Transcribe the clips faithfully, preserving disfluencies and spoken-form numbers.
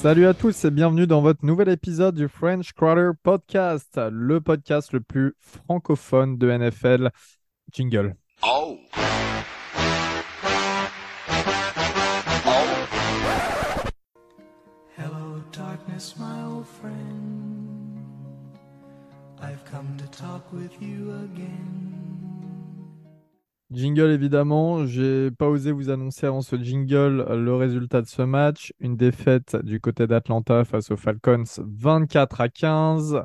Salut à tous et bienvenue dans votre nouvel épisode du French Quarter Podcast, le podcast le plus francophone de N F L. Jingle. Oh, oh. Hello, darkness, my old friend. I've come to talk with you again. Jingle évidemment, j'ai pas osé vous annoncer avant ce jingle le résultat de ce match. Une défaite du côté d'Atlanta face aux Falcons vingt-quatre à quinze.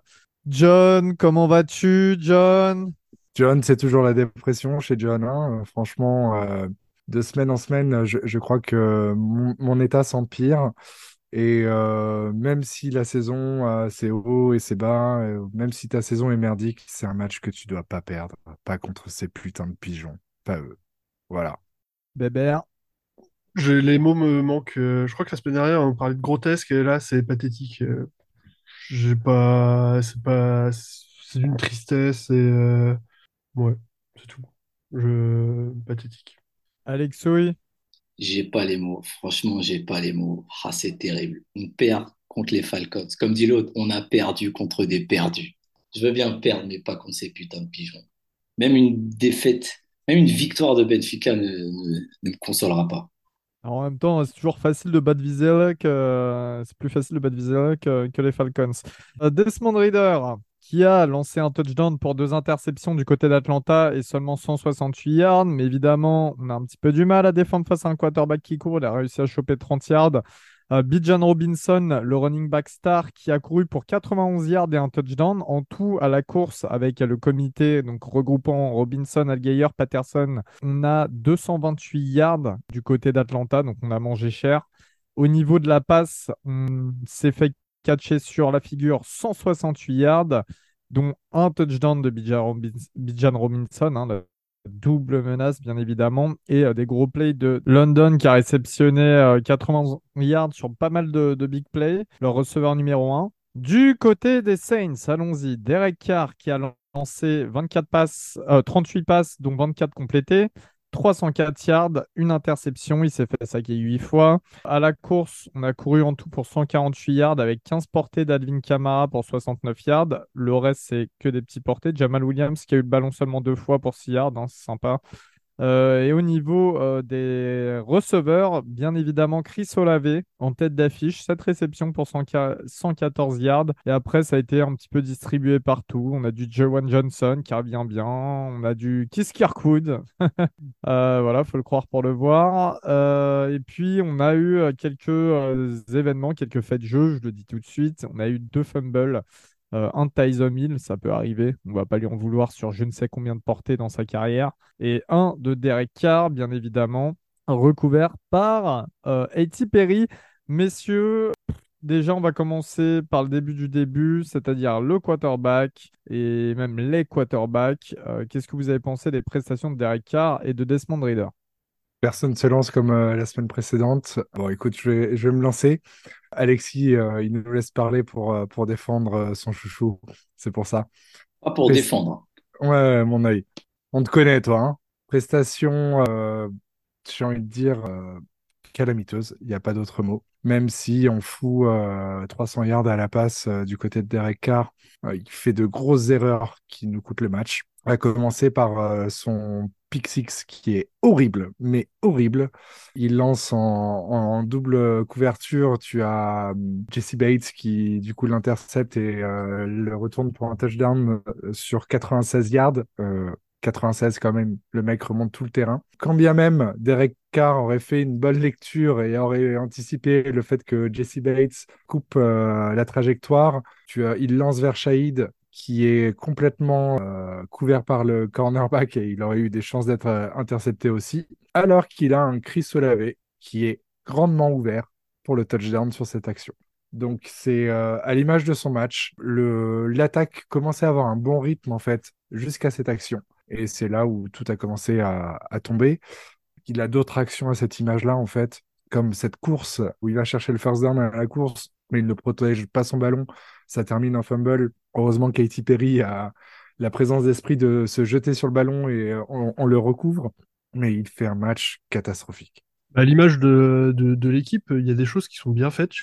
John, comment vas-tu, John? John, c'est toujours la dépression chez John, hein. Euh, Franchement, euh, de semaine en semaine, je, je crois que mon, mon état s'empire. Et euh, même si la saison a ses hauts et ses bas, euh, même si ta saison est merdique, c'est un match que tu dois pas perdre. Pas contre ces putains de pigeons. Pas eux. Voilà. Bébert. J'ai- les mots me manquent. euh, Je crois que la semaine dernière, on parlait de grotesque et là, c'est pathétique. euh, J'ai pas. C'est pas. C'est d'une tristesse et. euh, Ouais, c'est tout. Je... Pathétique. Alexoï. J'ai pas les mots. Franchement, j'ai pas les mots. Ah, c'est terrible. On perd contre les Falcons. Comme dit l'autre, on a perdu contre des perdus. Je veux bien perdre, mais pas contre ces putains de pigeons. Même une défaite, même une victoire de Benfica ne, ne, ne me consolera pas. Alors, en même temps, c'est toujours facile de battre Vizela que euh, c'est plus facile de battre Vizela que, que les Falcons. Euh, Desmond Ridder, qui a lancé un touchdown pour deux interceptions du côté d'Atlanta et seulement cent soixante-huit yards, mais évidemment, on a un petit peu du mal à défendre face à un quarterback qui court. Il a réussi à choper trente yards. Euh, Bijan Robinson, le running back star, qui a couru pour quatre-vingt-onze yards et un touchdown. En tout, à la course, avec le comité donc regroupant Robinson, Algeyer, Patterson, on a deux cent vingt-huit yards du côté d'Atlanta, donc on a mangé cher. Au niveau de la passe, on s'est fait catcher sur la figure cent soixante-huit yards, dont un touchdown de Bijan Robins- Bijan Robinson, hein, le double menace, bien évidemment, et euh, des gros plays de London qui a réceptionné euh, quatre-vingts yards sur pas mal de, de big plays, leur receveur numéro un. Du côté des Saints, allons-y, Derek Carr qui a lancé vingt-quatre passes, euh, trente-huit passes, dont vingt-quatre complétées, trois cent quatre yards, une interception, il s'est fait saquer huit fois. À la course, on a couru en tout pour cent quarante-huit yards avec quinze portées d'Alvin Kamara pour soixante-neuf yards. Le reste, c'est que des petits portées. Jamal Williams qui a eu le ballon seulement deux fois pour six yards, hein, c'est sympa. Euh, et au niveau euh, des receveurs, bien évidemment, Chris Olave en tête d'affiche, sept réceptions pour cent cent quatorze yards. Et après, ça a été un petit peu distribué partout. On a du Jawan Johnson qui revient bien. On a du Keith Kirkwood. Euh, voilà, faut le croire pour le voir. Euh, et puis, on a eu euh, quelques euh, événements, quelques faits de jeu, je le dis tout de suite. On a eu deux fumbles. Euh, un de Tyson Hill, ça peut arriver. On va pas lui en vouloir sur je ne sais combien de portées dans sa carrière. Et un de Derek Carr, bien évidemment, recouvert par euh, A T Perry. Messieurs, déjà, on va commencer par le début du début, c'est-à-dire le quarterback et même les quarterbacks. Euh, qu'est-ce que vous avez pensé des prestations de Derek Carr et de Desmond Ridder? Personne ne se lance comme euh, la semaine précédente. Bon, écoute, je vais, je vais me lancer. Alexis, euh, il nous laisse parler pour, euh, pour défendre euh, son chouchou. C'est pour ça. Pas pour Prest- défendre. Ouais, mon œil. On te connaît, toi, hein. Prestation, euh, j'ai envie de dire, euh, calamiteuse. Il n'y a pas d'autre mot. Même si on fout euh, trois cents yards à la passe euh, du côté de Derek Carr, euh, il fait de grosses erreurs qui nous coûtent le match. À commencer par euh, son pick six qui est horrible, mais horrible. Il lance en, en double couverture. Tu as hum, Jesse Bates qui, du coup, l'intercepte et euh, le retourne pour un touchdown euh, sur quatre-vingt-seize yards. Euh, quatre-vingt-seize quand même, le mec remonte tout le terrain. Quand bien même Derek Carr aurait fait une bonne lecture et aurait anticipé le fait que Jesse Bates coupe euh, la trajectoire, tu as, il lance vers Shahid qui est complètement euh, couvert par le cornerback et il aurait eu des chances d'être euh, intercepté aussi, alors qu'il a un Chris Olave qui est grandement ouvert pour le touchdown sur cette action. Donc c'est euh, à l'image de son match, le, l'attaque commençait à avoir un bon rythme en fait jusqu'à cette action. Et c'est là où tout a commencé à, à tomber. Il a d'autres actions à cette image-là, en fait, comme cette course où il va chercher le first down à la course, mais il ne protège pas son ballon. Ça termine en fumble. Heureusement, Katy Perry a la présence d'esprit de se jeter sur le ballon et euh, on, on le recouvre. Mais il fait un match catastrophique. À l'image de, de, de l'équipe, il y a des choses qui sont bien faites chez lui.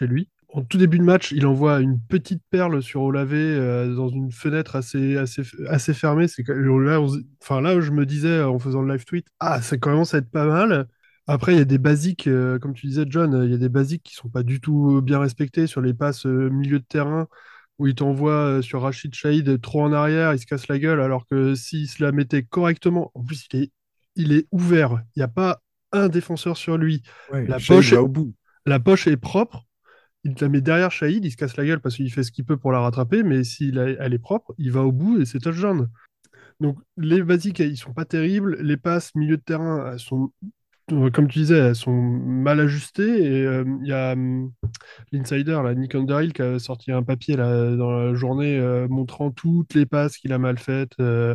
En tout début de match, il envoie une petite perle sur Olave euh, dans une fenêtre assez, assez, assez fermée. C'est que- là, on se- enfin, là, je me disais euh, en faisant le live tweet, ah, ça commence à être pas mal. Après, il y a des basiques, euh, comme tu disais, John, euh, il y a des basiques qui sont pas du tout bien respectés sur les passes euh, milieu de terrain où il t'envoie euh, sur Rachid Chaïd trop en arrière, il se casse la gueule, alors que s'il se la mettait correctement, en plus, il est, il est ouvert. Il n'y a pas un défenseur sur lui. Ouais, La Shade poche, va au bout. la poche est propre. Il te la met derrière Shahid, il se casse la gueule parce qu'il fait ce qu'il peut pour la rattraper, mais si elle est propre, il va au bout et c'est touchdown. Donc les basiques, ils sont pas terribles. Les passes milieu de terrain, elles sont, euh, comme tu disais, elles sont mal ajustées. Et euh, il y a hum, l'insider, là, Nick Underhill, qui a sorti un papier là, dans la journée euh, montrant toutes les passes qu'il a mal faites. Euh,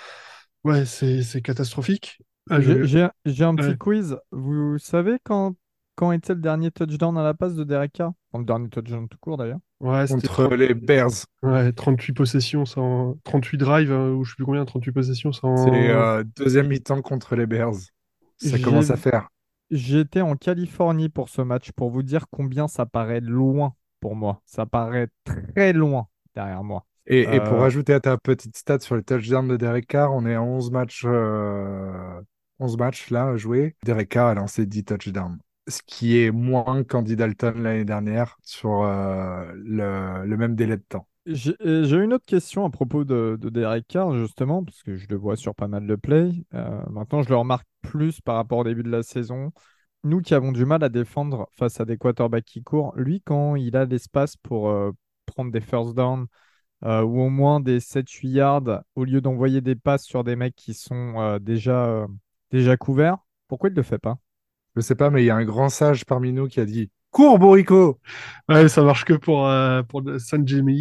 ouais, c'est c'est catastrophique. Ah, J'ai je- j'ai- j'ai un petit ouais, quiz. Vous savez quand, quand était le dernier touchdown à la passe de Derek Carr? Enfin, le dernier touchdown tout court d'ailleurs. ouais, c'était Contre trente les Bears. ouais, trente-huit possessions sans trente-huit drives, hein, ou je sais plus combien, trente-huit possessions C'est sans. euh, deuxième mi-temps contre les Bears. Ça J'ai commence à faire. J'étais en Californie pour ce match pour vous dire combien ça paraît loin pour moi. Ça paraît très loin derrière moi. Et, et pour Euh, rajouter à ta petite stat sur le touchdown de Derek Carr, on est à onze matchs, euh, onze matchs là à jouer. Derek Carr a lancé dix touchdowns. Ce qui est moins qu'Andy Dalton l'année dernière sur euh, le, le même délai de temps. j'ai euh, j'ai une autre question à propos de, de Derek Carr, justement, parce que je le vois sur pas mal de plays. Euh, maintenant, je le remarque plus par rapport au début de la saison. Nous qui avons du mal à défendre face à des quarterbacks qui courent, lui, quand il a l'espace pour euh, prendre des first downs, euh, ou au moins des sept huit yards, au lieu d'envoyer des passes sur des mecs qui sont euh, déjà, euh, déjà couverts, pourquoi il ne le fait pas? Je sais pas, mais il y a un grand sage parmi nous qui a dit cours, Bourrico! Ouais, ça marche que pour, euh, pour San James.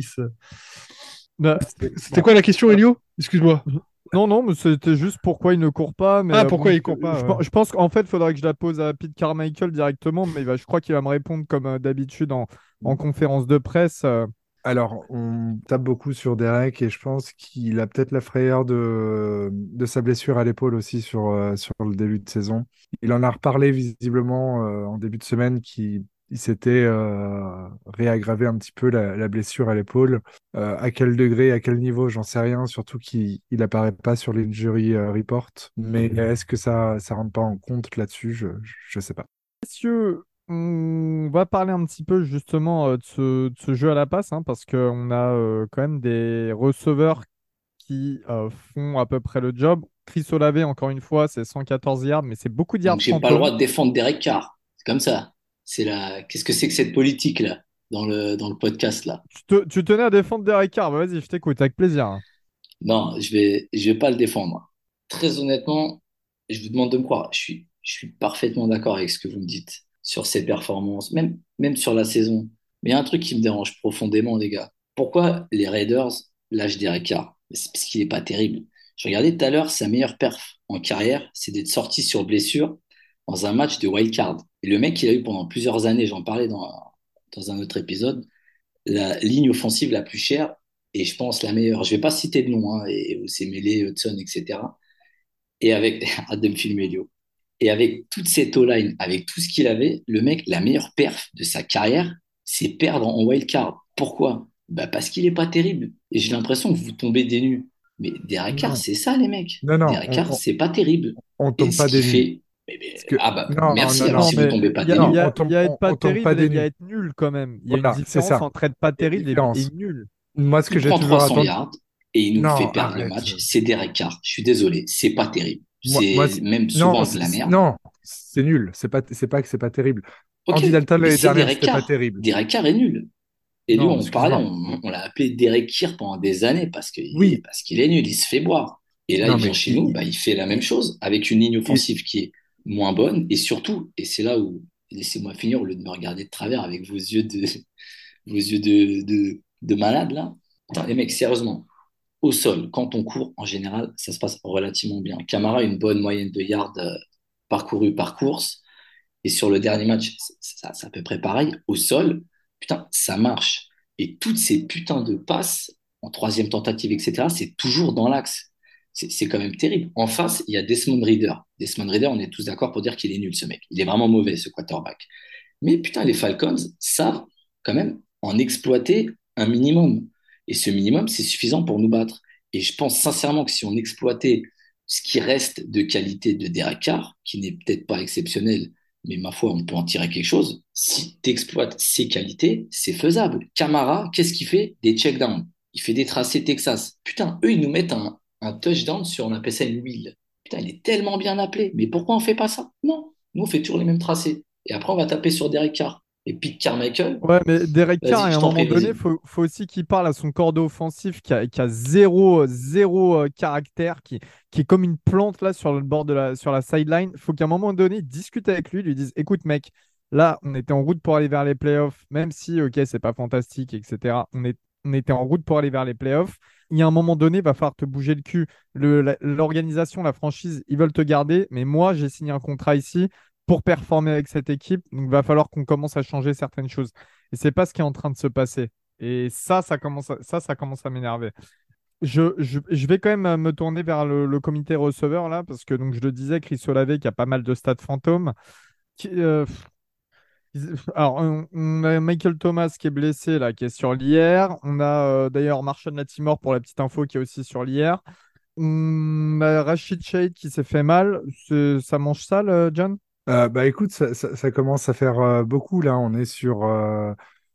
Bah, C'était c'était bon, quoi la question, euh, Elio? Excuse-moi. je- non, non, mais c'était juste pourquoi il ne court pas. Mais Ah, euh, pourquoi bon, il court je, je pas? Ouais. pen- je pense qu'en fait, il faudrait que je la pose à Pete Carmichael directement, mais il va, je crois qu'il va me répondre comme euh, d'habitude en, en conférence de presse. euh, Alors, on tape beaucoup sur Derek et je pense qu'il a peut-être la frayeur de, de sa blessure à l'épaule aussi sur, euh, sur le début de saison. Il en a reparlé visiblement euh, en début de semaine qu'il il s'était euh, réaggravé un petit peu la, la blessure à l'épaule. Euh, à quel degré, à quel niveau, j'en sais rien, surtout qu'il il apparaît pas sur l'injury euh, report. Mais est-ce que ça ça rentre pas en compte là-dessus? Je, je sais pas. Messieurs, on va parler un petit peu justement euh, de ce, de ce jeu à la passe, hein, parce qu'on a euh, quand même des receveurs qui euh, font à peu près le job. Chris Olave, encore une fois, c'est cent quatorze yards, mais c'est beaucoup de Donc, yards j'ai pas le droit fantômes. de défendre Derek Carr. C'est comme ça. C'est la... Qu'est-ce que c'est que cette politique-là dans le, dans le podcast là? Tu, te- tu tenais à défendre Derek Carr, bah vas-y, je t'écoute, avec plaisir, hein. Non, je vais, je vais pas le défendre. Très honnêtement, je vous demande de me croire. Je suis, je suis parfaitement d'accord avec ce que vous me dites sur ses performances, même, même sur la saison. Mais il y a un truc qui me dérange profondément, les gars. Pourquoi les Raiders lâchent Derek Carr? C'est parce qu'il est pas terrible. Je regardais tout à l'heure, sa meilleure perf en carrière, c'est d'être sorti sur blessure dans un match de wild card. Et le mec, il a eu pendant plusieurs années, j'en parlais dans, dans un autre épisode, la ligne offensive la plus chère et je pense la meilleure. Je vais pas citer de nom, hein, et, et c'est Mêlé, Hudson, et cetera. Et avec Adam Filmelio. Et avec toute cette O-line, avec tout ce qu'il avait, le mec, la meilleure perf de sa carrière, c'est perdre en wild card. Pourquoi? Bah parce qu'il est pas terrible. Et j'ai l'impression que vous tombez des nues. Mais Derek Carr, Non, c'est ça, les mecs. non, non, Derek on, Carr, on, c'est pas terrible. on Et tombe ce pas qu'il des nues. fait, mais- mais- Parce que, ah bah non, merci non, alors non, Non, si vous mais tombez pas il y des a, il y non, nues. on a- il tombe, y a être on, pas on tombe terrible pas et des il y a nues. être nul quand même. Il y a une Voilà, c'est différence ça. entre être pas Il y a une terrible et, et différence. nul. Moi, ce que Il j'ai prend toujours trois cents attendu. yards et il nous fait Non, perdre le arrête. match. C'est Derek Carr. Je suis désolé, c'est pas terrible. Moi, moi, C'est c'est- même non, souvent de c'est- la c'est- merde. non, c'est nul. C'est pas, c'est pas que c'est pas terrible. Ok, Andy Dalton mais l'année c'est dernière, Derek c'était pas Carr. terrible. Derek Carr est nul. Et lui, Non, on parlait, excuse-moi. on, on l'a appelé Derek Carr pendant des années parce que, Oui, parce qu'il est nul, il se fait boire. Et là, il non, vient mais chez il, nous, il- bah, il fait la même il- chose avec une ligne il- offensive qui est moins bonne. Et surtout, et c'est là où, laissez-moi finir au lieu de me regarder de travers avec vos yeux de, vos yeux de, de, de malade là. Putain, les mecs, sérieusement, au sol, quand on court, en général, ça se passe relativement bien. Camara a une bonne moyenne de yards euh, parcourus par course. Et sur le dernier match, c'est ça- c'est à peu près pareil. Au sol, putain, ça marche. Et toutes ces putains de passes en troisième tentative, et cetera, c'est toujours dans l'axe. C'est c'est quand même terrible. En face, il y a Desmond Reader. Desmond Reader, on est tous d'accord pour dire qu'il est nul, ce mec. Il est vraiment mauvais, ce quarterback. Mais putain, les Falcons savent quand même en exploiter un minimum. Et ce minimum, c'est suffisant pour nous battre. Et je pense sincèrement que si on exploitait ce qui reste de qualité de Derek Carr, qui n'est peut-être pas exceptionnel, mais ma foi, on peut en tirer quelque chose. Si tu exploites ses qualités, c'est faisable. Camara, qu'est-ce qu'il fait? Des checkdowns. Il fait des tracés Texas. Putain, eux, ils nous mettent un, un touchdown sur, on appelle ça une wheel. Putain, il est tellement bien appelé. Mais pourquoi on fait pas ça? Non. Nous, on fait toujours les mêmes tracés. Et après, on va taper sur Derek Carr. Et Pete Carmichael, Ouais, mais Derek Carr, vas-y, à je un t'en moment prie, donné, vas-y. faut, faut aussi qu'il parle à son corps offensif qui a, qui a zéro, zéro euh, caractère, qui, qui est comme une plante là sur le bord de la, sur la sideline. Faut qu'à un moment donné, il discute avec lui, lui dise, écoute mec, là, on était en route pour aller vers les playoffs, même si, ok, c'est pas fantastique, et cetera. On est, on était en route pour aller vers les playoffs. Il y a un moment donné, il va falloir te bouger le cul. Le- la- l'organisation, la franchise, ils veulent te garder, mais moi, j'ai signé un contrat ici pour performer avec cette équipe. Donc, il va falloir qu'on commence à changer certaines choses. Et c'est pas ce qui est en train de se passer. Et ça, ça commence à, ça, ça commence à m'énerver. Je, je, je vais quand même euh, me tourner vers le, le comité receveur là, parce que donc je le disais, Chris Olave qui a pas mal de stats fantômes. Qui, euh, pff, ils- alors, on, on a Michael Thomas qui est blessé là, qui est sur l'I R. On a euh, d'ailleurs Marshall Latimore pour la petite info qui est aussi sur l'I R. On a Rashid Shade qui s'est fait mal. C'est- Ça mange sale, euh, John? Euh, bah écoute, ça, ça- ça commence à faire euh, beaucoup là. On est sur, euh,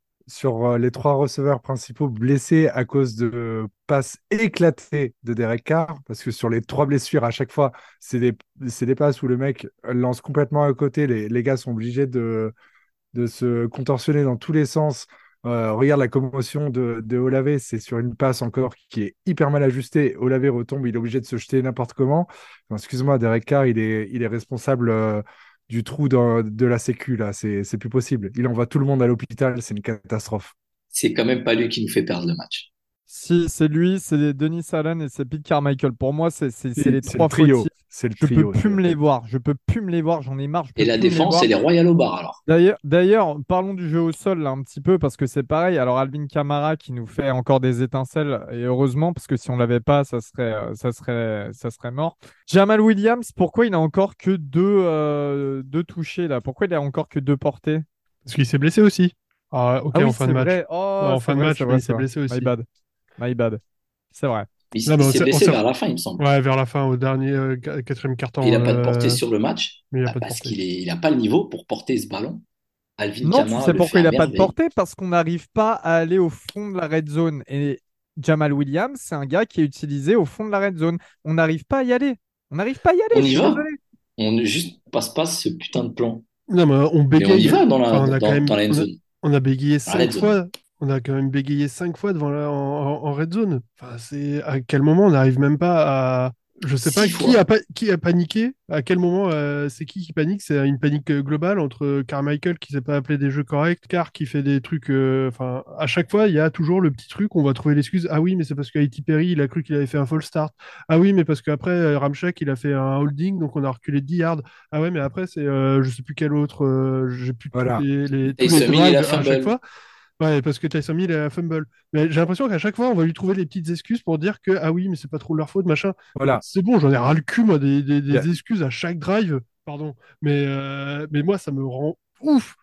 sur euh, les trois receveurs principaux blessés à cause de passes éclatées de Derek Carr. Parce que sur les trois blessures, à chaque fois, c'est des, c'est des passes où le mec lance complètement à côté. Les, les gars sont obligés de, de se contorsionner dans tous les sens. Euh, regarde la commotion de, de Olave, c'est sur une passe encore qui est hyper mal ajustée. Olave retombe, il est obligé de se jeter n'importe comment. Enfin, excuse-moi, Derek Carr, il est, il est responsable euh, du trou dans- de la Sécu, là. C'est, c'est plus possible. Il envoie tout le monde à l'hôpital, c'est une catastrophe. C'est quand même pas lui qui nous fait perdre le match. Si, c'est lui, c'est Denis Allen et c'est Pete Carmichael. Pour moi, c'est c'est- c'est Et les c'est le trois fautifs. trio, c'est le Je peux trio. plus me les voir. Je peux plus me les voir. J'en ai marre. Je Et peux la plus me les défense, voir. elle est royale au bar alors. D'ailleurs, d'ailleurs, parlons du jeu au sol là un petit peu parce que c'est pareil. Alors Alvin Kamara qui nous fait encore des étincelles et heureusement parce que si on l'avait pas, ça serait, euh, ça serait, ça serait mort. Jamal Williams, pourquoi il a encore que deux, euh, deux touchés là? Pourquoi il a encore que deux portées? Parce qu'il s'est blessé aussi. Ah, ok, Ah en oui, fin c'est de match. vrai. Oh, En c'est fin de vrai, c'est match, mais vrai, il c'est s'est vrai. blessé My aussi. bad, my bad. C'est vrai. Il, Non, s- mais il on s'est s'est, on blessé s'est- vers la fin, il me semble. Ouais, vers la fin, au dernier euh, qu- quatrième Et il quart-temps. n'a pas de portée euh, sur le match, Mais il n'y a bah, pas de parce portée. qu'il est, il n'a pas le niveau pour porter ce ballon. Alvin Non, tu Kamara sais le fait pourquoi il à n'a pas de merveille. portée? Parce qu'on n'arrive pas à aller au fond de la red zone. Et Jamal Williams, c'est un gars qui est utilisé au fond de la red zone. On n'arrive pas à y aller. On n'arrive pas à y aller, On je y suis va. désolé. On ne juste passe pas ce putain de plan. Non, mais on Mais on y bégaye. va dans la, Enfin, on a quand dans, même, dans la end on a, zone, on a bégayé dans la cinq red zone. fois. On a quand même bégayé cinq fois devant la, en, en- en red zone. Enfin, c'est à quel moment on n'arrive même pas à. Je sais pas Six qui a, fois. pa- qui a paniqué. À quel moment euh, c'est qui qui panique? C'est une panique euh, globale entre Carmichael qui sait pas appeler des jeux corrects, Carr qui fait des trucs. euh, Enfin, à chaque fois, il y a toujours le petit truc. On va trouver l'excuse. Ah oui, mais c'est parce que Haiti Perry, il a cru qu'il avait fait un false start. Ah oui, mais parce qu'après euh, Ramchak, il a fait un holding, donc on a reculé de dix yards. Ah ouais, mais après, c'est euh, je sais plus quel autre, euh, j'ai plus tous Voilà. les, les- tous les Taysom Hill, il a drives à chaque fumble. fois. Ouais, parce que Tyson Hill est à fumble. Mais j'ai l'impression qu'à chaque fois, on va lui trouver des petites excuses pour dire que, ah oui, mais c'est pas trop leur faute, machin. Mais Voilà. c'est bon, j'en ai ras le cul, moi, des, des- Il y a- des excuses à chaque drive. Pardon. Mais, euh, mais moi, ça me rend ouf.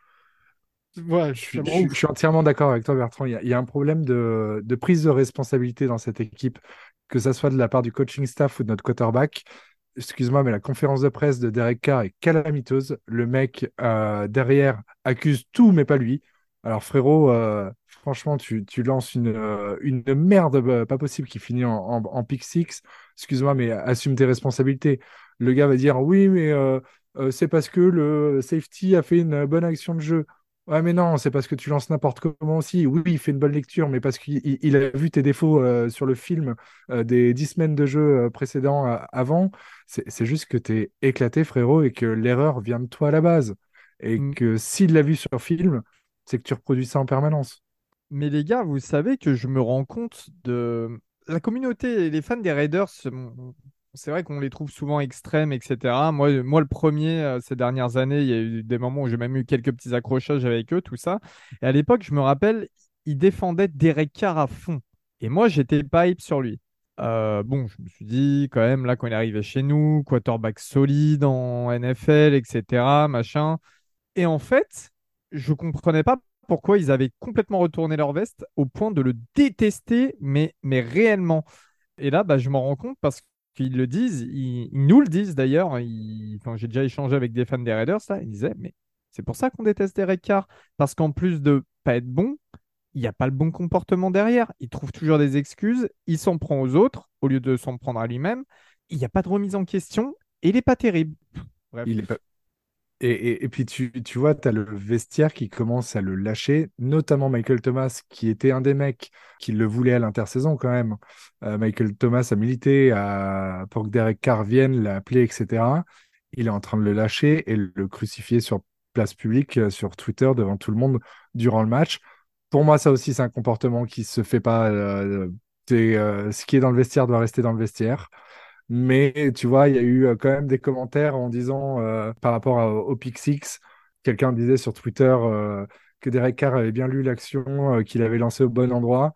Ouais, Je ça suis, me je rend suis- je ouf. suis entièrement d'accord avec toi, Bertrand. Il y a, il y a un problème de, de prise de responsabilité dans cette équipe, que ça soit de la part du coaching staff ou de notre quarterback. Excuse-moi, mais la conférence de presse de Derek Carr est calamiteuse. Le mec euh, derrière accuse tout, mais pas lui. Alors frérot, euh, franchement, tu, tu lances une, euh, une merde euh, pas possible qui finit en, en, en pick six. Excuse-moi, mais assume tes responsabilités. Le gars va dire oui, mais euh, euh, c'est parce que le safety a fait une bonne action de jeu. Ouais, mais non, c'est parce que tu lances n'importe comment aussi. Oui, il fait une bonne lecture, mais parce qu'il il- il a vu tes défauts euh, sur le film euh, des dix semaines de jeu euh, précédents euh, avant. C'est c'est juste que tu es éclaté, frérot, et que l'erreur vient de toi à la base. Et M- que s'il l'a vu sur film, c'est que tu reproduis ça en permanence. Mais les gars, vous savez que je me rends compte de la communauté et les fans des Raiders. bon, C'est vrai qu'on les trouve souvent extrêmes, et cetera. Moi, moi le premier, euh, ces dernières années, il y a eu des moments où j'ai même eu quelques petits accrochages avec eux, tout ça. Et à l'époque, je me rappelle, ils défendaient Derek Carr à fond. Et moi, j'étais pas hype sur lui. Euh, bon, je me suis dit, quand même, là, quand il est arrivé chez nous, quarterback solide en N F L, et cetera, machin. Et en fait, je comprenais pas pourquoi ils avaient complètement retourné leur veste au point de le détester, mais, mais réellement. Et là, bah, je m'en rends compte parce qu'ils le disent, ils, ils nous le disent d'ailleurs. Hein, ils- Quand j'ai déjà échangé avec des fans des Raiders, là, ils disaient, mais c'est pour ça qu'on déteste Derek Carr. Parce qu'en plus de pas être bon, il n'y a pas le bon comportement derrière. Il trouve toujours des excuses, il s'en prend aux autres au lieu de s'en prendre à lui-même. Il n'y a pas de remise en question et il n'est pas terrible. Bref. Il est pas... Et, et, et puis tu, tu vois, tu as le vestiaire qui commence à le lâcher, notamment Michael Thomas, qui était un des mecs qui le voulait à l'intersaison quand même. Euh, Michael Thomas a milité à... pour que Derek Carr vienne, l'a appelé, et cetera. Il est en train de le lâcher et le crucifier sur place publique, euh, sur Twitter, devant tout le monde durant le match. Pour moi, ça aussi, c'est un comportement qui se fait pas. Euh, c'est, euh, ce qui est dans le vestiaire doit rester dans le vestiaire. Mais tu vois, il y a eu euh, quand même des commentaires en disant, euh, par rapport à- au Pick Six, quelqu'un disait sur Twitter euh, que Derek Carr avait bien lu l'action, euh, qu'il avait lancé au bon endroit.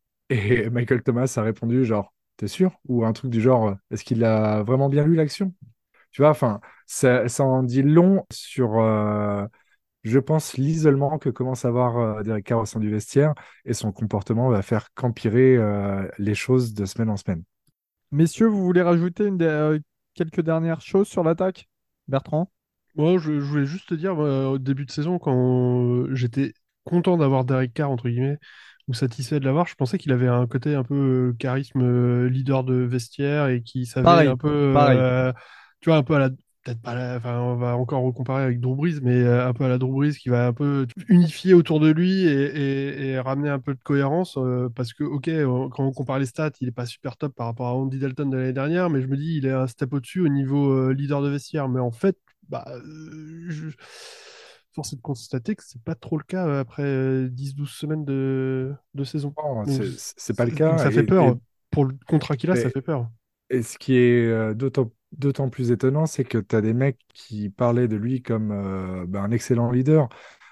Et Michael Thomas a répondu genre, t'es sûr? Ou un truc du genre, euh, est-ce qu'il a vraiment bien lu l'action? Tu vois, enfin, ça, ça en dit long sur, euh, je pense, l'isolement que commence à avoir euh, Derek Carr au sein du vestiaire, et son comportement va faire qu'empirer euh, les choses de semaine en semaine. Messieurs, vous voulez rajouter une des- euh, quelques dernières choses sur l'attaque? Bertrand? Moi, je, je voulais juste te dire, moi, au début de saison, quand euh, j'étais content d'avoir Derek Carr, entre guillemets, ou satisfait de l'avoir, je pensais qu'il avait un côté un peu euh, charisme, euh, leader de vestiaire et qui savait un Pareil, peu, pareil. euh, tu vois, un peu à la. Peut-être pas la- enfin, on va encore recomparer avec Drew Brees, mais euh, un peu à la Drew Brees qui va un peu unifier autour de lui et, et- et ramener un peu de cohérence. Euh, parce que, ok, on- quand on compare les stats, il est pas super top par rapport à Andy Dalton de l'année dernière, mais je me dis, il est un step au-dessus au niveau euh, leader de vestiaire. Mais en fait, bah, euh, je... force est de constater que c'est pas trop le cas euh, après euh, dix douze semaines de, de saison. Non, Donc, c'est c'est pas le c'est- donc cas. ça fait Et, et, peur. Pour le contrat qu'il a, ça et- fait peur. et ce qui est euh, d'autant d'autant plus étonnant, c'est que tu as des mecs qui parlaient de lui comme euh, ben, un excellent leader,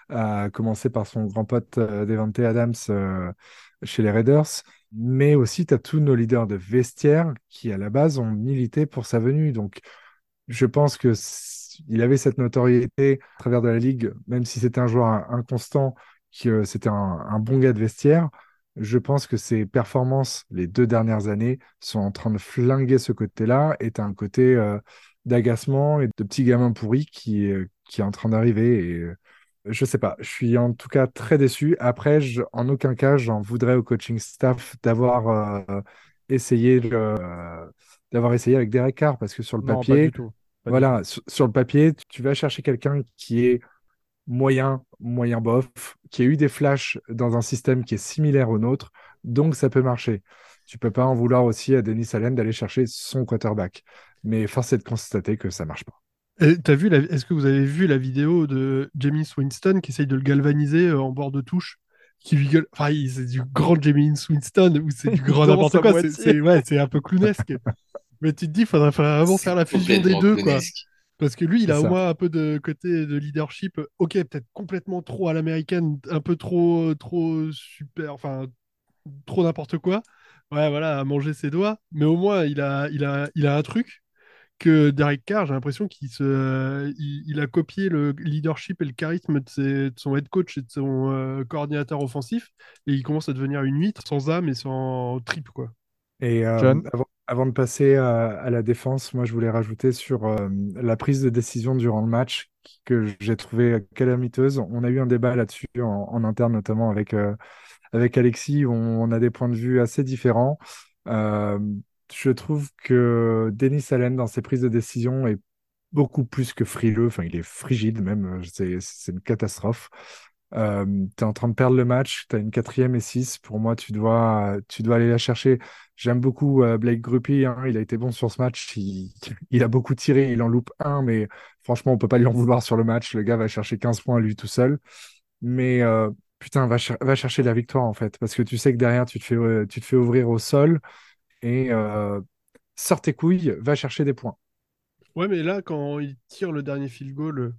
à commencer par son grand pote euh, Devante Adams euh, chez les Raiders, mais aussi tu as tous nos leaders de vestiaire qui, à la base, ont milité pour sa venue. Donc, je pense que s- il avait cette notoriété à travers de la ligue, même si c'était un joueur in- inconstant, que c'était un, un bon gars de vestiaire. Je pense que ses performances les deux dernières années sont en train de flinguer ce côté-là, et t'as un côté euh, d'agacement et de petit gamin pourri qui, est- qui est en train d'arriver. Et euh, je sais pas, je suis en tout cas très déçu. Après, je- en aucun cas, j'en voudrais au coaching staff d'avoir euh, essayé le- d'avoir essayé avec Derek Carr, parce que sur le Non, pas du papier, tout. Pas du tout. voilà, sur, sur le papier, tu tu vas chercher quelqu'un qui est moyen, moyen bof, qui a eu des flashs dans un système qui est similaire au nôtre, donc ça peut marcher. Tu peux pas en vouloir aussi à Dennis Allen d'aller chercher son quarterback. Mais force est de constater que ça marche pas. Et t'as vu la... Est-ce que vous avez vu la vidéo de Jameis Winston qui essaye de le galvaniser euh, en bord de touche? Qui lui gueule... Enfin, il- c'est du grand Jameis Winston ou c'est du Il grand danse n'importe à quoi. C'est moitié. c'est- ouais, c'est un peu clownesque. Mais tu te dis, il faudrait, faudrait vraiment faire C'est la fusion des complètement deux, quoi. clownesque. Parce que lui, il C'est a au ça. moins un peu de côté de leadership. Ok, peut-être complètement trop à l'américaine, un peu trop, trop super, enfin, trop n'importe quoi. Ouais, voilà, à manger ses doigts. Mais au moins, il a, il a, il a un truc que Derek Carr, j'ai l'impression qu'il se, il, il a copié le leadership et le charisme de, ses- de son head coach et de son euh, coordinateur offensif. Et il commence à devenir une huître sans âme et sans trip, quoi. Et euh, John? avant, avant de passer à, à la défense, moi je voulais rajouter sur euh, la prise de décision durant le match que j'ai trouvé calamiteuse. On a eu un débat là-dessus en, en interne, notamment avec, euh, avec Alexis, où on, on a des points de vue assez différents. Euh, je trouve que Dennis Allen, dans ses prises de décision, est beaucoup plus que frileux. Enfin, il est frigide même. C'est, c'est une catastrophe. Euh, tu es en train de perdre le match. Tu as une quatrième et six. Pour moi, tu dois, tu dois aller la chercher. J'aime beaucoup euh, Blake Grupe, hein. Il a été bon sur ce match. Il, il a beaucoup tiré. Il en loupe un, mais franchement, on peut pas lui en vouloir sur le match. Le gars va chercher quinze points lui tout seul. Mais euh, putain, va, cher- va chercher la victoire en fait. Parce que tu sais que derrière, tu te fais, euh, tu te fais ouvrir au sol. Et euh, sors tes couilles, va chercher des points. Ouais, mais là, quand il tire le dernier field goal,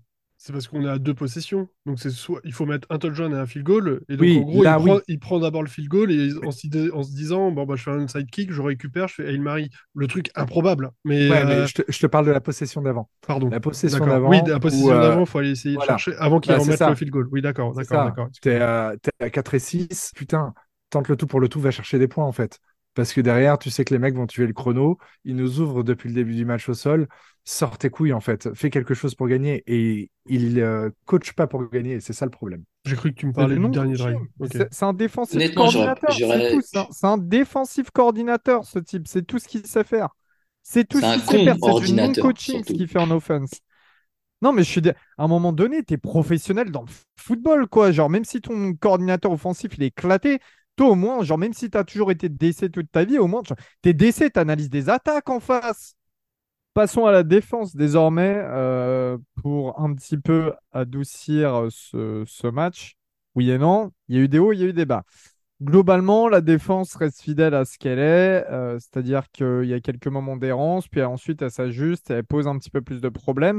C'est parce qu'on est à deux possessions. Donc c'est soit il faut mettre un touchdown et un field goal. Et donc en Oui, gros, il là, prend, oui. il prend d'abord le field goal et Oui. en, se dis- en se disant bon bah je fais un sidekick, je récupère, je fais Hail Mary. Le truc improbable. Mais Ouais, mais euh, je te, je te parle de la possession d'avant. pardon. La possession D'accord. Oui, d'avant la où, possession euh, d'avant, il faut aller essayer de voilà, chercher avant qu'il bah, c'est remette le ça. field goal. Oui, d'accord, C'est d'accord, ça. d'accord. T'es Excuse-moi. à, t'es à quatre et six. Putain, tente le tout pour le tout, va chercher des points en fait. Parce que derrière, tu sais que les mecs vont tuer le chrono. Ils nous ouvrent depuis le début du match au sol. Sors tes couilles en fait. Fais quelque chose pour gagner. Et ils euh, coachent pas pour gagner. Et c'est ça le problème. J'ai cru que tu me C'est parlais du du dernier drive. non-coaching. Ok. C'est c'est un défensif Honnêtement, j'aurais, coordinateur, c'est tout. j'aurais, C'est un, c'est un défensif coordinateur, ce type. C'est tout ce qu'il sait faire. C'est tout c'est ce un qu'il sait faire. con C'est du ordinateur, non-coaching ce surtout. qu'il fait en offense. Non, mais je suis. dé- À un moment donné, tu es professionnel dans le f- football, quoi. Genre, même si ton coordinateur offensif, il est éclaté, toi, au moins, genre, même si tu as toujours été D C toute ta vie, au moins, tu es D C, tu analyses des attaques en face. Passons à la défense désormais euh, pour un petit peu adoucir euh, ce, ce match. Oui et non, il y a eu des hauts, il y a eu des bas. Globalement, la défense reste fidèle à ce qu'elle est, euh, c'est-à-dire qu'il y a quelques moments d'errance, puis ensuite elle s'ajuste et elle pose un petit peu plus de problèmes.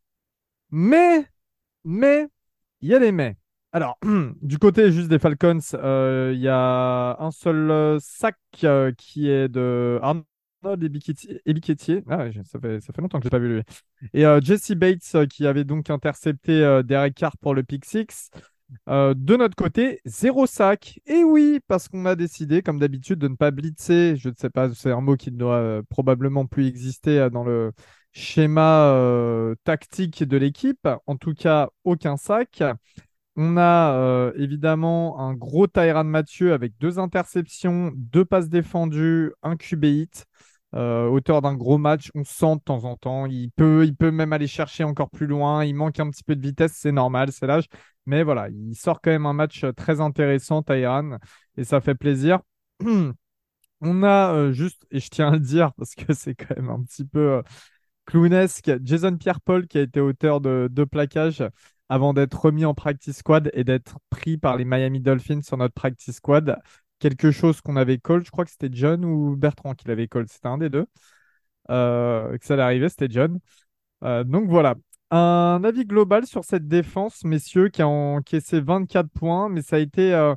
Mais, mais, il y a des mais. Alors, du côté juste des Falcons, euh, il y a un seul euh, sac euh, qui est de Arnold Ebiketie. Ebiketie. Ah, ouais, ça fait, ça fait longtemps que je l'ai pas vu lui. Et euh, Jesse Bates euh, qui avait donc intercepté euh, Derek Carr pour le pick six. Euh, de notre côté, zéro sac. Et oui, parce qu'on a décidé, comme d'habitude, de ne pas blitzer. Je ne sais pas, c'est un mot qui ne doit euh, probablement plus exister euh, dans le schéma euh, tactique de l'équipe. En tout cas, aucun sac. On a euh, évidemment un gros Tyrann Mathieu avec deux interceptions, deux passes défendues, un Q B hit. Euh, auteur d'un gros match, on sent de temps en temps. Il peut, il peut même aller chercher encore plus loin. Il manque un petit peu de vitesse, c'est normal, c'est l'âge. Mais voilà, il sort quand même un match euh, très intéressant, Tyrann, et ça fait plaisir. On a euh, juste, et je tiens à le dire parce que c'est quand même un petit peu euh, clownesque, Jason Pierre-Paul qui a été auteur de deux plaquages avant d'être remis en practice squad et d'être pris par les Miami Dolphins sur notre practice squad. Quelque chose qu'on avait call, je crois que c'était John ou Bertrand qui l'avait call, c'était un des deux. Euh, que ça allait arriver, c'était John. Euh, donc voilà. Un avis global sur cette défense, messieurs, qui a encaissé vingt-quatre points, mais ça a été, euh,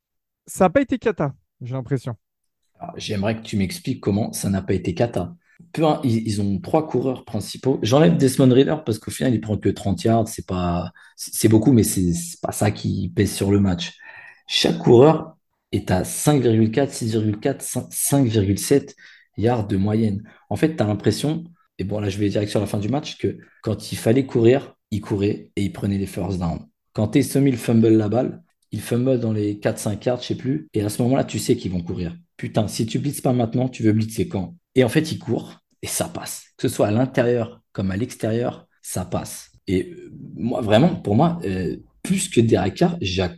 ça n'a pas été cata, j'ai l'impression. Alors, j'aimerais que tu m'expliques comment ça n'a pas été cata. Peu, un- ils, ils ont trois coureurs principaux. J'enlève Desmond Ridder parce qu'au final, il prend que trente yards. C'est pas, c'est c'est beaucoup, mais c'est c'est pas ça qui pèse sur le match. Chaque coureur est à cinq virgule quatre, six virgule quatre, cinq virgule sept yards de moyenne. En fait, tu as l'impression, et bon, là, je vais direct sur la fin du match, que quand il fallait courir, il courait et il prenait les first downs. Quand Taysom il fumble la balle, il fumble dans les quatre cinq yards, je sais plus. Et à ce moment-là, tu sais qu'ils vont courir. Putain, si tu blitzes pas maintenant, tu veux blitzer quand? Et en fait, il court et ça passe. Que ce soit à l'intérieur comme à l'extérieur, ça passe. Et euh, moi, vraiment, pour moi, euh, plus que Derek Carr, j'a-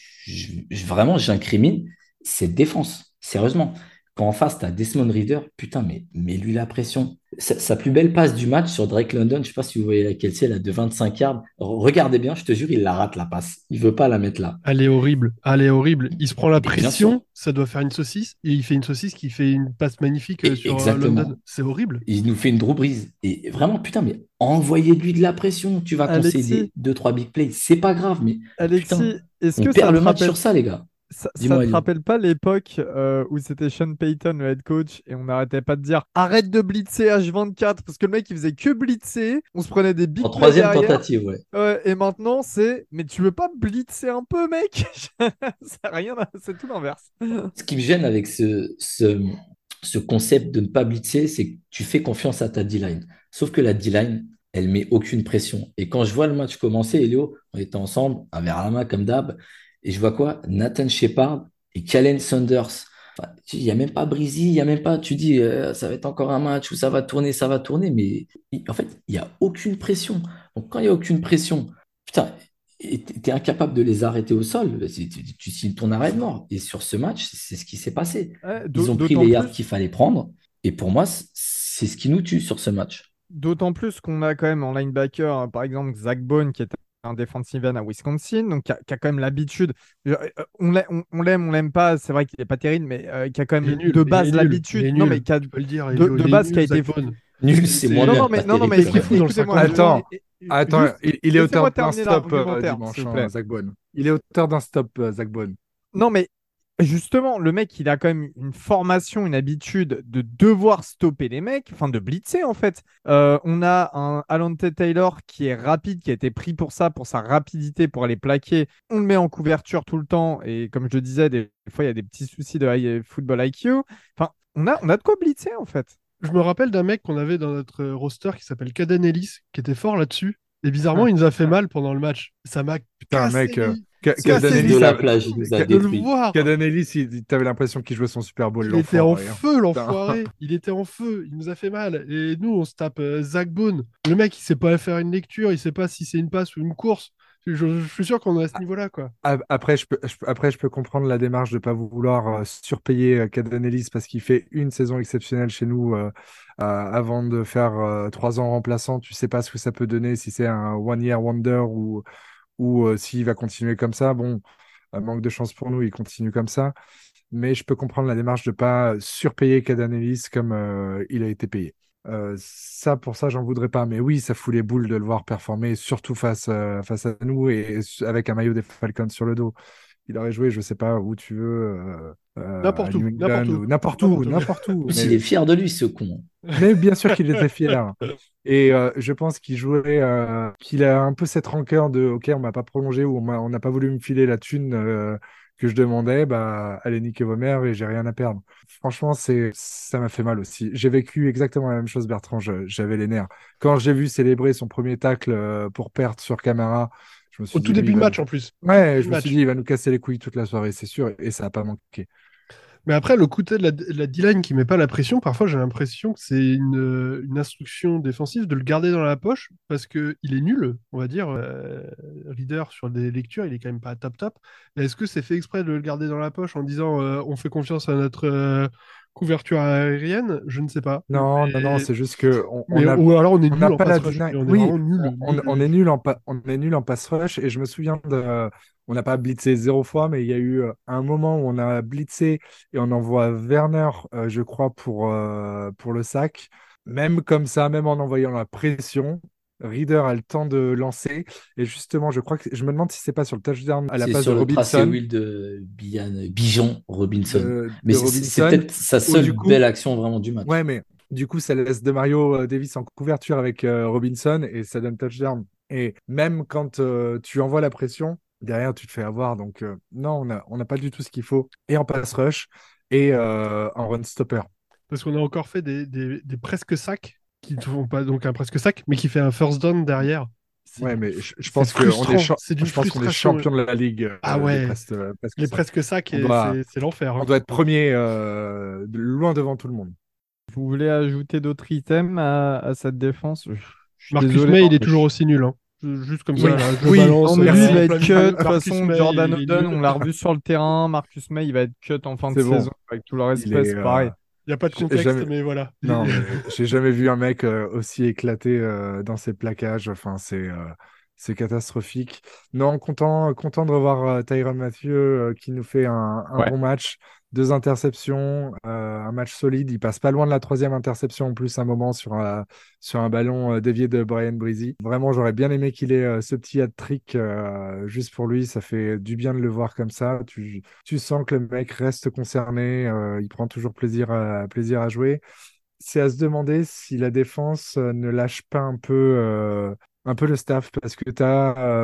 j- j- vraiment, j'incrimine cette défense. Sérieusement. Quand en face, tu as Desmond Ridder, putain, mais mets-lui la pression. Sa, sa plus belle passe du match sur Drake London, je ne sais pas si vous voyez laquelle c'est, là, de vingt-cinq yards. Regardez bien, je te jure, il la rate la passe. Il veut pas la mettre là. Elle est horrible. Elle est horrible. Il se prend la Et bien sûr, pression, ça doit faire une saucisse, et il fait une saucisse qui fait une passe magnifique euh, et sur euh, London. exactement. C'est horrible. Il nous fait une Drew Brees. Et vraiment, putain, mais envoyez-lui de la pression. Tu vas Alexis, concéder deux, trois big plays. C'est pas grave, mais putain, Alexis, est-ce on que perd ça te le match rappelle sur ça, les gars. Ça, ça Dis-moi, te Elio. rappelle pas l'époque euh, où c'était Sean Payton, le head coach, et on n'arrêtait pas de dire arrête de blitzer H vingt-quatre parce que le mec il faisait que blitzer, on se prenait des En big plays troisième derrière. tentative, ouais. Ouais, et maintenant c'est mais tu veux pas blitzer un peu, mec? C'est rien, c'est tout l'inverse. Ce qui me gêne avec ce, ce, ce concept de ne pas blitzer, c'est que tu fais confiance à ta D-line. Sauf que la D-line, elle met aucune pression. Et quand je vois le match commencer, Elio, on était ensemble, un verre à la main comme d'hab, et je vois quoi? Nathan Shepard et Kalen Saunders. Enfin, il n'y a même pas Breezy, il n'y a même pas, tu dis, euh, ça va être encore un match où ça va tourner, ça va tourner, mais il- en fait, il n'y a aucune pression. Donc quand il n'y a aucune pression, putain, et tu es incapable de les arrêter au sol, c'est- tu, tu signes ton arrêt de mort. Et sur ce match, c'est ce qui s'est passé. Ouais, Ils d'au- ont pris d'autant les yards plus, qu'il fallait prendre. Et pour moi, c- c'est ce qui nous tue sur ce match. d'autant plus qu'on a quand même en linebacker, hein, par exemple, Zach Bone, qui est un defensive end à Wisconsin, donc qui a, qui a quand même l'habitude. euh, euh, On l'ai- on on l'aime, on l'aime pas, c'est vrai qu'il est pas terrible, mais euh, qui a quand Il est même nul. de Il est base nul. Il l'habitude. est Non, mais nul. qui a Tu peux le dire, de, Elio. de Il est base qui a nul, été Zach Bone. Nul, c'est C'est- moins Non, bien, non, mais, pas non, non, mais terrible. Qui est fou dans le écoutez-moi. cinquante Attends, é- é- attends, juste, il, il est auteur laissez-moi d'un terminer stop euh, l'argumentaire, dimanche, s'il vous hein, plaît. Zach Bone. Il est auteur d'un stop, euh, Zach Bone. Non, mais justement, le mec, il a quand même une formation, une habitude de devoir stopper les mecs, enfin de blitzer en fait. Euh, on a un Alonte Taylor qui est rapide, qui a été pris pour ça, pour sa rapidité, pour aller plaquer. On le met en couverture tout le temps. Et comme je le disais, des fois, il y a des petits soucis de I- football I Q. Enfin, on a, on a de quoi blitzer en fait. Je me rappelle d'un mec qu'on avait dans notre roster qui s'appelle Caden Ellis, qui était fort là-dessus. Et bizarrement, il nous a fait mal pendant le match. Ça m'a Putain, cassé mec, euh, les... Ka- cassé Caden les De Ellis, la ça- plage, il nous a Ka- de le détruits. voir. Caden Ellis, il- t'avais l'impression qu'il jouait son Super Bowl, Il était en l'enfoiré, hein. feu, l'enfoiré. Il était en feu. Il nous a fait mal. Et nous, on se tape euh, Zach Bone. Le mec, il sait pas faire une lecture. Il sait pas si c'est une passe ou une course. Je, je- je suis sûr qu'on est à ce niveau-là, quoi. A- Après, je peux, je peux- après, je peux comprendre la démarche de ne pas vouloir euh, surpayer euh, Caden Ellis parce qu'il fait une saison exceptionnelle chez nous euh, euh, avant de faire euh, trois ans remplaçant. Tu sais pas ce que ça peut donner, si c'est un one-year wonder ou, ou euh, s'il va continuer comme ça. Bon, euh, manque de chance pour nous, il continue comme ça. Mais je peux comprendre la démarche de ne pas surpayer Caden Ellis comme euh, il a été payé. Euh, ça, pour ça, j'en voudrais pas. Mais oui, ça fout les boules de le voir performer, surtout face, euh, face à nous et, et avec un maillot des Falcons sur le dos. Il aurait joué, je sais pas, où tu veux, euh, euh, à N'importe où, New n'importe England où. ou n'importe N'importe où, où. n'importe En où. plus, il Mais, est fier de lui, ce con. mais bien sûr qu'il était fier. Et euh, je pense qu'il jouait, euh, qu'il a un peu cette rancœur de, OK, on m'a pas prolongé ou on m'a- on n'a pas voulu me filer la thune euh, que je demandais, bah, allez niquer vos mères et j'ai rien à perdre. Franchement, c'est, ça m'a fait mal aussi. J'ai vécu exactement la même chose, Bertrand. je- J'avais les nerfs. Quand j'ai vu célébrer son premier tacle euh, pour perdre sur Camara, je me Au suis tout dit, lui, début il de va nous... match, en plus. Tout Ouais, début je de me suis match. dit, il va nous casser les couilles toute la soirée, c'est sûr, et ça n'a pas manqué. Mais après, le côté de la, de la D-line qui met pas la pression, parfois j'ai l'impression que c'est une, euh, une instruction défensive de le garder dans la poche parce que il est nul, on va dire. Euh, Reader sur des lectures, il est quand même pas top top. Mais est-ce que c'est fait exprès de le garder dans la poche en disant euh, on fait confiance à notre euh, couverture aérienne? Je ne sais pas. Non, non, non, Mais, c'est juste que on, mais on a, ou alors on est on nul n'a en pas pass la rush. deny. Mais on est Oui, vraiment nul, on, on- on nul. est nul en pa- on est nul en pass rush et je me souviens de, on n'a pas blitzé zéro fois, mais il y a eu euh, un moment où on a blitzé et on envoie Werner, euh, je crois, pour, euh, pour le sac. Même comme ça, même en envoyant la pression, Reader a le temps de lancer. Et justement, je crois que je me demande si c'est pas sur le touchdown à la C'est passe de sur le tracé Robinson, wheel de Bian, Bijan Robinson. de, Mais de c'est c'est Robinson, peut-être sa où seule du coup, belle action vraiment du ouais, match. mais du coup, ça laisse de Mario euh, Davis en couverture avec euh, Robinson et ça donne touchdown. Et même quand euh, tu envoies la pression, derrière, tu te fais avoir. Donc, euh, non, on n'a on n'a pas du tout ce qu'il faut. Et en pass rush et euh, en run stopper. Parce qu'on a encore fait des, des, des presque sacs qui ne font pas donc un presque sac, mais qui fait un first down derrière. C'est Ouais, mais je, je c'est pense qu'on est, frustrant. cha- C'est d'une je pense qu'on est frustration. champion de la ligue Ah euh, des ouais, presque, euh, presque les sacs. presque sacs, On et doit, c'est c'est l'enfer, on hein. doit être premier euh, de- loin devant tout le monde. Vous voulez ajouter d'autres items à, à cette défense? Je, je suis Marcus désolé, May, hein, il est mais toujours je- aussi nul, hein. Je- Juste comme Oui. ça, là, je le Oui. balance. Non, mais euh, lui, il en va plein être cut. milieu. De toute Marcus façon, May, Jordan il est Odom, nul. on l'a revu sur le terrain. Marcus May, il va être cut en fin de C'est bon. saison. Avec tout le respect, Il est, c'est euh, pareil. Il n'y a pas de j'ai contexte, jamais, mais voilà. Non, mais j'ai jamais vu un mec euh, aussi éclaté euh, dans ses plaquages. Enfin, c'est euh, c'est catastrophique. Non, content, content de revoir euh, Tyrann Mathieu euh, qui nous fait un, un Ouais. bon match. Deux interceptions, euh, un match solide. Il passe pas loin de la troisième interception en plus, un moment sur un, sur un ballon euh, dévié de Brian Breezy. Vraiment, j'aurais bien aimé qu'il ait euh, ce petit hat-trick euh, juste pour lui. Ça fait du bien de le voir comme ça. Tu, tu sens que le mec reste concerné. Euh, il prend toujours plaisir à, plaisir à jouer. C'est à se demander si la défense euh, ne lâche pas un peu, euh, un peu le staff parce que tu as,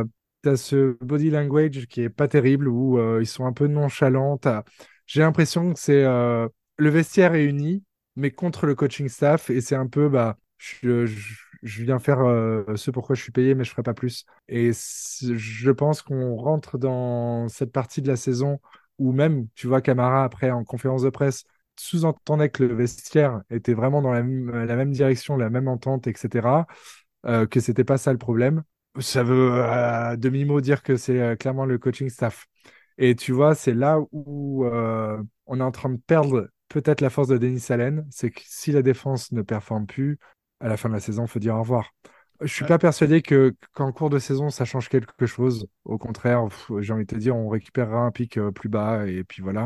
ce body language qui est pas terrible où euh, ils sont un peu nonchalants. T'as- J'ai l'impression que c'est euh, le vestiaire est uni, mais contre le coaching staff et c'est un peu bah je, je, je viens faire euh, ce pourquoi je suis payé, mais je ferai pas plus. Et c- je pense qu'on rentre dans cette partie de la saison où même, tu vois, Camara après en conférence de presse sous-entendait que le vestiaire était vraiment dans la même, la même direction, la même entente, et cetera. Euh, que c'était pas ça le problème. Ça veut euh, à demi-mot dire que c'est euh, clairement le coaching staff. Et tu vois, c'est là où euh, on est en train de perdre peut-être la force de Denis Allen. C'est que si la défense ne performe plus, à la fin de la saison, il faut dire au revoir. Je suis Ouais. pas persuadé que qu'en cours de saison, ça change quelque chose. Au contraire, pff, j'ai envie de te dire, on récupérera un pic euh, plus bas et puis voilà.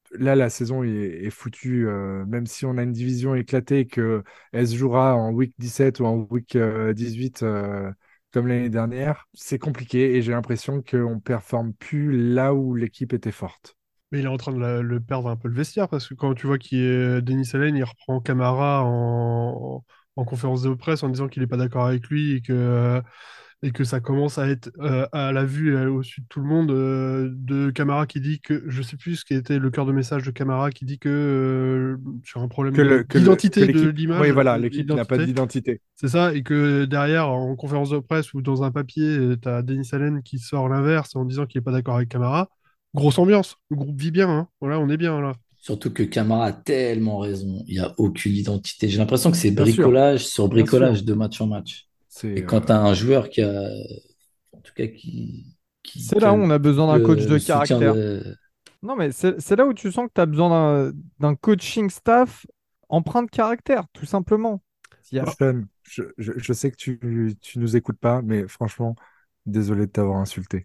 là, la saison est, est foutue. Euh, même si on a une division éclatée, que elle se jouera en week dix-sept ou en week euh, dix-huit, euh, comme l'année dernière, c'est compliqué et j'ai l'impression qu'on performe plus là où l'équipe était forte. Mais il est en train de la- le perdre un peu le vestiaire parce que quand tu vois qu'il est Denis Allen, il reprend Camara en, en conférence de presse en disant qu'il n'est pas d'accord avec lui et que, et que ça commence à être euh, à la vue et au-dessus de tout le monde euh, de Camara qui dit que, je sais plus ce qui était le cœur de message de Camara qui dit que euh, sur un Que problème de- le, que le, que d'identité de l'équipe, oui, l'image, voilà, de l'équipe n'a pas l'identité, d'identité. c'est ça, et que derrière, en conférence de presse ou dans un papier, tu as Denis Allen qui sort l'inverse en disant qu'il n'est pas d'accord avec Camara. Grosse ambiance, le groupe vit bien, hein. Voilà, on est bien là. Surtout que Camara a tellement raison. Il n'y a aucune identité. J'ai l'impression que c'est Bien sûr, bricolage sur bien sûr. bricolage de match en match. C'est Et quand tu euh, as un joueur qui a, en tout cas, qui, qui, C'est qui là a où on le, a besoin d'un coach le- de le soutien caractère. de. Non, mais c'est c'est là où tu sens que tu as besoin d'un d'un coaching staff empreint de caractère, tout simplement. Il y a- Bah, Sean, je, je, je sais que tu, tu nous écoutes pas, mais franchement, désolé de t'avoir insulté.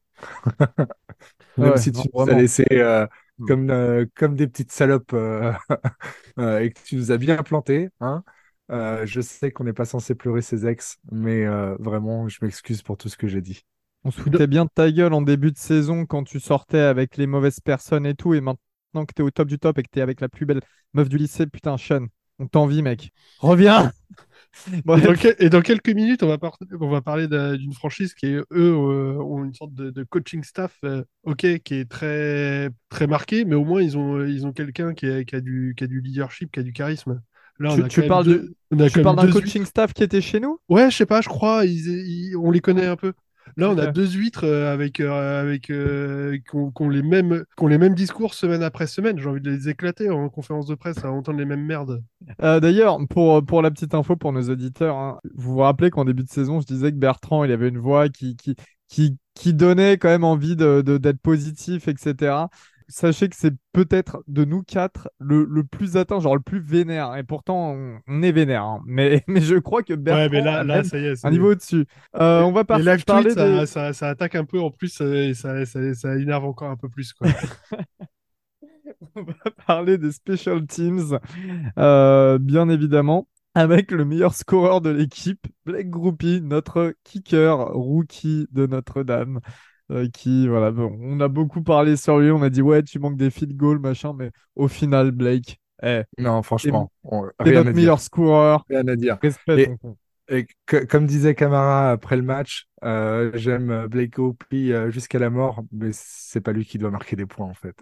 Même Ouais, si non, tu nous as vraiment. laissé euh, Hmm. comme, euh, comme des petites salopes euh, euh, et que tu nous as bien plantés, hein, euh, je sais qu'on n'est pas censé pleurer ses ex, mais euh, vraiment, je m'excuse pour tout ce que j'ai dit. On se de- foutait bien de ta gueule en début de saison quand tu sortais avec les mauvaises personnes et tout, et maintenant que t'es au top du top et que t'es avec la plus belle meuf du lycée, putain, Sean, on t'envie, mec. Reviens! et, dans Bref. quel- et dans quelques minutes, on va, par- on va parler d'un- d'une franchise qui, eux, euh, ont une sorte de, de coaching staff, euh, ok, qui est très, très marqué, mais au moins, ils ont, ils ont quelqu'un qui a, qui a du, qui a du leadership, qui a du charisme. Là, on Tu, a quand tu même parles de, deux, on a tu quand même parles d'un deux coaching huîtres. staff qui était chez nous? Ouais, je sais pas, je crois, ils, ils- on les connaît un peu. Là, on a Ok. deux huîtres euh, avec, euh, avec euh, qui ont, qui ont les mêmes, qui ont les mêmes discours semaine après semaine. J'ai envie de les éclater en conférence de presse à entendre les mêmes merdes. Euh, d'ailleurs, pour, pour la petite info pour nos auditeurs, hein, vous vous rappelez qu'en début de saison, je disais que Bertrand, il avait une voix qui, qui, qui, qui donnait quand même envie de, de- d'être positif, et cetera. Sachez que c'est peut-être de nous quatre le, le plus atteint, genre le plus vénère. Et pourtant, on, on est vénère, hein. Mais, mais je crois que Ouais, mais Bertrand là, a là, même ça y est, un c'est... niveau au-dessus. Euh, on va Les par- live tweets, parler des, ça, ça, ça attaque un peu en plus euh, et ça, ça, ça énerve encore un peu plus, quoi. on va parler des special teams, euh, bien évidemment, avec le meilleur scoreur de l'équipe, Blake Groupie, notre kicker rookie de Notre-Dame, euh, qui, voilà, bon, on a beaucoup parlé sur lui, on a dit, ouais, tu manques des field goals, machin, mais au final, Blake, eh, Non, t'es franchement, on- t'es rien notre à meilleur dire. scoreur, Rien à dire. respect Et, ton con. et que- comme disait Camara après le match, euh, j'aime euh, Blake Copley euh, jusqu'à la mort, mais c'est pas lui qui doit marquer des points en fait.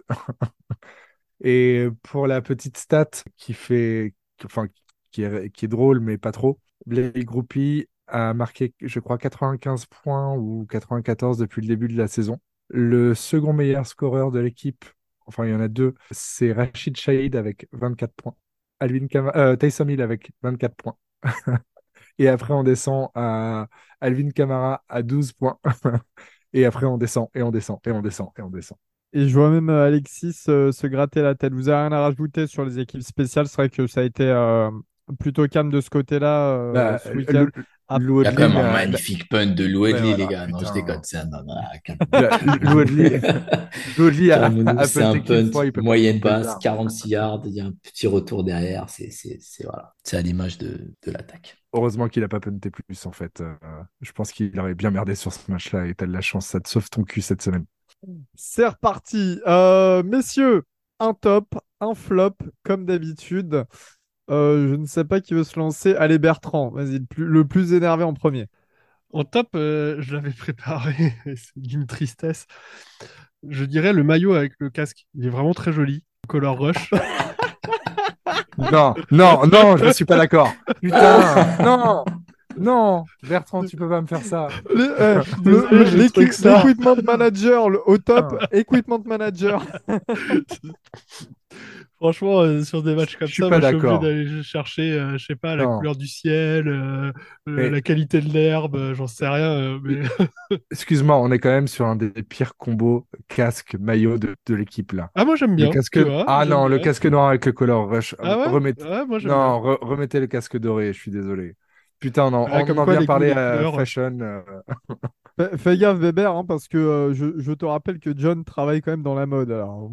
Et pour la petite stat qui fait, enfin, qui est, qui est drôle, mais pas trop, Blake Groupie a marqué, je crois, quatre-vingt-quinze points ou quatre-vingt-quatorze depuis le début de la saison. Le second meilleur scoreur de l'équipe, enfin, il y en a deux, c'est Rachid Shahid avec vingt-quatre points. Alvin Kama- euh, Taysom Hill avec vingt-quatre points. Et après, on descend à Alvin Kamara à douze points. Et après, on descend, et on descend, et on descend, et on descend. Et je vois même euh, Alexis euh, se gratter la tête. Vous avez rien à rajouter sur les équipes spéciales? C'est vrai que ça a été euh, plutôt calme de ce côté-là euh, Bah, ce week-end. Ah, Lou Il y a quand Adli même un n'a- n'a- magnifique punt de Lou ouais, Adli, les voilà, gars. Non, je déconne. putain. Ça, non, non, calme- Là, Lou Adli, Lou Adli a, calmons-nous. a C'est un punté qu'une punt fois, il peut pas moyenne punter le passe, tard. quarante-six yards. Il y a un petit retour derrière. C'est, c'est, c'est, voilà. C'est à l'image de, de l'attaque. Heureusement qu'il a pas punté plus, en fait. Euh, je pense qu'il aurait bien merdé sur ce match-là, et t'as de la chance, ça te sauve ton cul cette semaine. c'est reparti. Euh, messieurs, un top, un flop, comme d'habitude. Euh, je ne sais pas qui veut se lancer. Allez, Bertrand, vas-y, le plus, le plus énervé en premier. En top, euh, je l'avais préparé, c'est d'une tristesse. Je dirais le maillot avec le casque. Il est vraiment très joli. Color Rush. Non, non, non, je ne suis pas d'accord. Putain, non, non, Bertrand, tu peux pas me faire ça. Le- euh, Je suis le- désolé, le- j'ai trouvé l'équi- que ça. L'equipment manager, le- au top, Putain, equipment manager. Franchement, euh, sur des matchs comme je suis ça, pas moi, je suis obligé d'accord. d'aller chercher, euh, je sais pas, la Non, couleur du ciel, euh, euh, mais la qualité de l'herbe, euh, j'en sais rien. euh, mais... excuse-moi, on est quand même sur un des pires combos casque-maillot de, de l'équipe là. Ah, moi, j'aime Le bien, casque. tu vois, Ah j'aime non, le bien. casque noir avec le color rush. Ah ouais? Remettez. Ouais, moi, j'aime bien. Non, re- remettez le casque doré, je suis désolé. Putain, on en, Ah, on comme en quoi, vient les goûts, parler les à couleurs. fashion. euh, Fais, fais gaffe, Weber, hein, parce que euh, je, je te rappelle que John travaille quand même dans la mode. Alors, bon.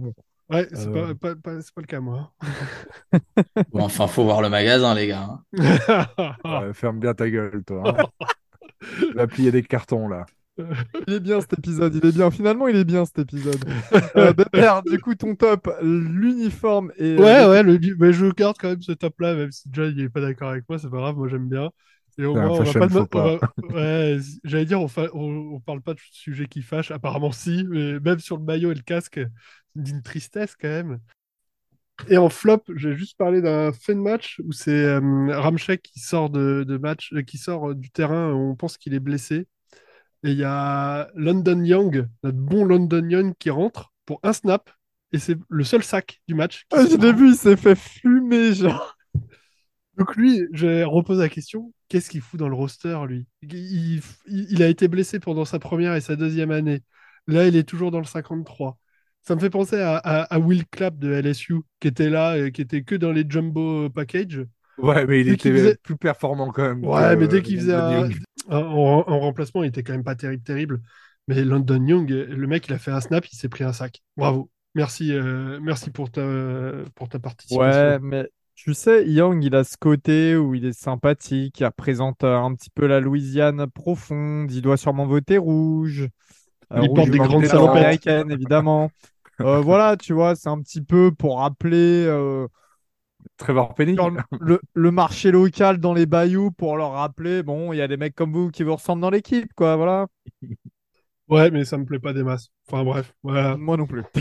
Ouais, c'est Euh, pas, pas, pas- c'est pas le cas, moi. Bon, enfin, faut voir le magasin, les gars, hein. ouais, ferme bien ta gueule, toi, hein. Tu vas plier des cartons, là. Il est bien cet épisode, il est bien. Finalement, il est bien cet épisode. Euh, Bébert, du coup, ton top, l'uniforme et euh, Ouais, ouais, l'effectif. le, mais je garde quand même ce top-là, même si John il est pas d'accord avec moi, c'est pas grave, moi j'aime bien. Et au C'est un moins, on va fashion pas, de- faux on pas. va, ouais, j'allais dire, on, fa- on, on parle pas de sujets qui fâchent, apparemment si, mais même sur le maillot et le casque, d'une tristesse quand même. Et en flop, j'ai juste parlé d'un fait de match où c'est euh, Ramchek qui sort de, de match, euh, qui sort euh, du terrain, on pense qu'il est blessé. Et il y a London Young, notre bon London Young, qui rentre pour un snap. Et c'est le seul sac du match qui Ah, se je l'ai prend. vu, il s'est fait fumer, genre. Donc lui, je repose la question, qu'est-ce qu'il fout dans le roster, lui? Il, il- il a été blessé pendant sa première et sa deuxième année. Là, il est toujours dans le cinquante-trois. Ça me fait penser à, à- à Will Clapp de L S U, qui était là, et qui était que dans les jumbo package. Ouais, mais il Dès qu'il était faisait... plus performant quand même Ouais, mais que dès qu'il faisait London un... Young. un- en, en remplacement, il était quand même pas terrible, terrible. Mais London Young, le mec, il a fait un snap, il s'est pris un sac. Bravo. Merci, euh, merci pour ta, pour ta participation. Ouais, mais tu sais, Young, il a ce côté où il est sympathique, il représente euh, un petit peu la Louisiane profonde, il doit sûrement voter rouge, euh, Il rouge porte ou des Manque grandes couleur des dents. salopettes. américaine, évidemment. Euh, voilà, tu vois, c'est un petit peu pour rappeler euh, Trevor Penny. genre le, le- le marché local dans les bayous, pour leur rappeler, bon, il y a des mecs comme vous qui vous ressemblent dans l'équipe, quoi, voilà. Ouais, mais ça me plaît pas des masses. Enfin bref, voilà. Moi non plus.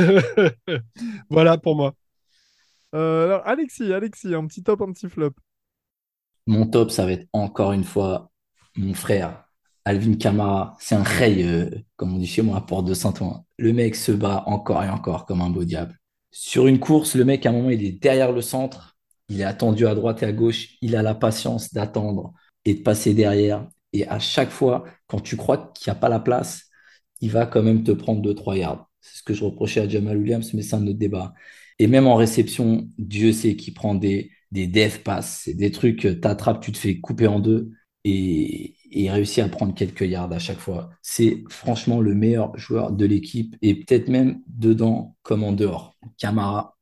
Voilà pour moi. Euh, alors, Alexis, Alexis, un petit top, un petit flop. Mon top, ça va être encore une fois mon frère, Alvin Kamara. C'est un rey, euh, comme on dit chez moi, à Porte de Saint-Ouen. Le mec se bat encore et encore comme un beau diable. Sur une course, le mec, à un moment, il est derrière le centre. Il est attendu à droite et à gauche. Il a la patience d'attendre et de passer derrière. Et à chaque fois, quand tu crois qu'il n'y a pas la place, il va quand même te prendre deux trois yards. C'est ce que je reprochais à Jamal Williams, mais c'est un autre débat. Et même en réception, Dieu sait qu'il prend des, des death pass, c'est des trucs, euh, t'attrapes, tu te fais couper en deux et, et réussit à prendre quelques yards à chaque fois. C'est franchement le meilleur joueur de l'équipe et peut-être même dedans comme en dehors. Camara,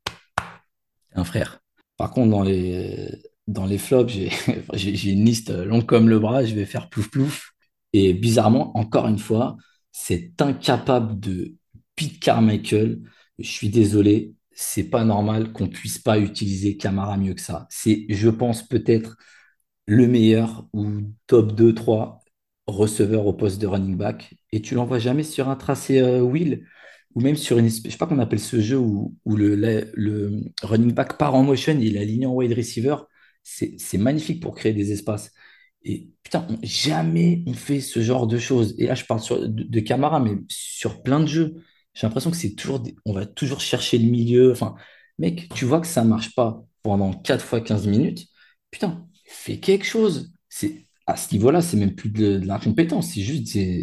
un frère. Par contre, dans les, dans les flops, j'ai j'ai- j'ai une liste longue comme le bras, je vais faire plouf plouf. Et bizarrement, encore une fois, c'est incapable de Pete Carmichael. Je suis désolé, c'est pas normal qu'on puisse pas utiliser Camara mieux que ça. C'est, je pense, peut-être le meilleur ou top deux trois receveurs au poste de running back. Et tu l'envoies jamais sur un tracé euh, wheel ou même sur une espèce, je sais pas qu'on appelle ce jeu où, où le, le, le running back part en motion et il est aligné en wide receiver. C'est c'est magnifique pour créer des espaces. Et putain, on- jamais on fait ce genre de choses. Et là, je parle sur, de, de Camara, mais sur plein de jeux. J'ai l'impression que c'est toujours, des- on va toujours chercher le milieu. Enfin, mec, tu vois que ça marche pas pendant quatre fois quinze minutes. Putain, fais quelque chose. C'est, à ce niveau-là, c'est même plus de, de l'incompétence. C'est juste, c'est-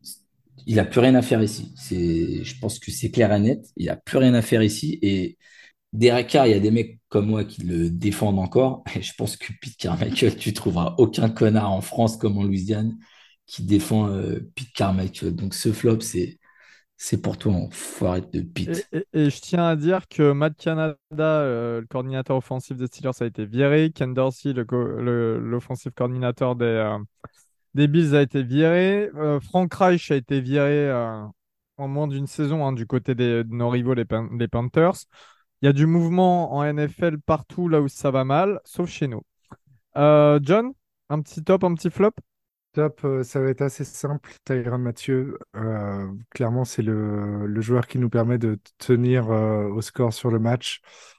il a plus rien à faire ici. C'est, je pense que c'est clair et net. Il a plus rien à faire ici. Et Derek Carr, il y a des mecs comme moi qui le défendent encore. Et je pense que Pete Carmichael, tu trouveras aucun connard en France comme en Louisiane qui défend euh, Pete Carmichael. Donc ce flop, c'est c'est pour toi, enfoiré de Et, Pete. et- et je tiens à dire que Matt Canada, euh, le coordinateur offensif des Steelers, a été viré. Ken Dorsey, le co- le- l'offensive coordinateur des, euh, des Bills, a été viré. Euh, Frank Reich a été viré euh, en moins d'une saison hein, du côté des, de nos rivaux, les, Pan- les Panthers. Il y a du mouvement en N F L partout là où ça va mal, sauf chez nous. Euh, John, un petit top, un petit flop? Top, euh, ça va être assez simple. Tyrann Mathieu, euh, clairement, c'est le, le joueur qui nous permet de tenir euh, au score sur le match.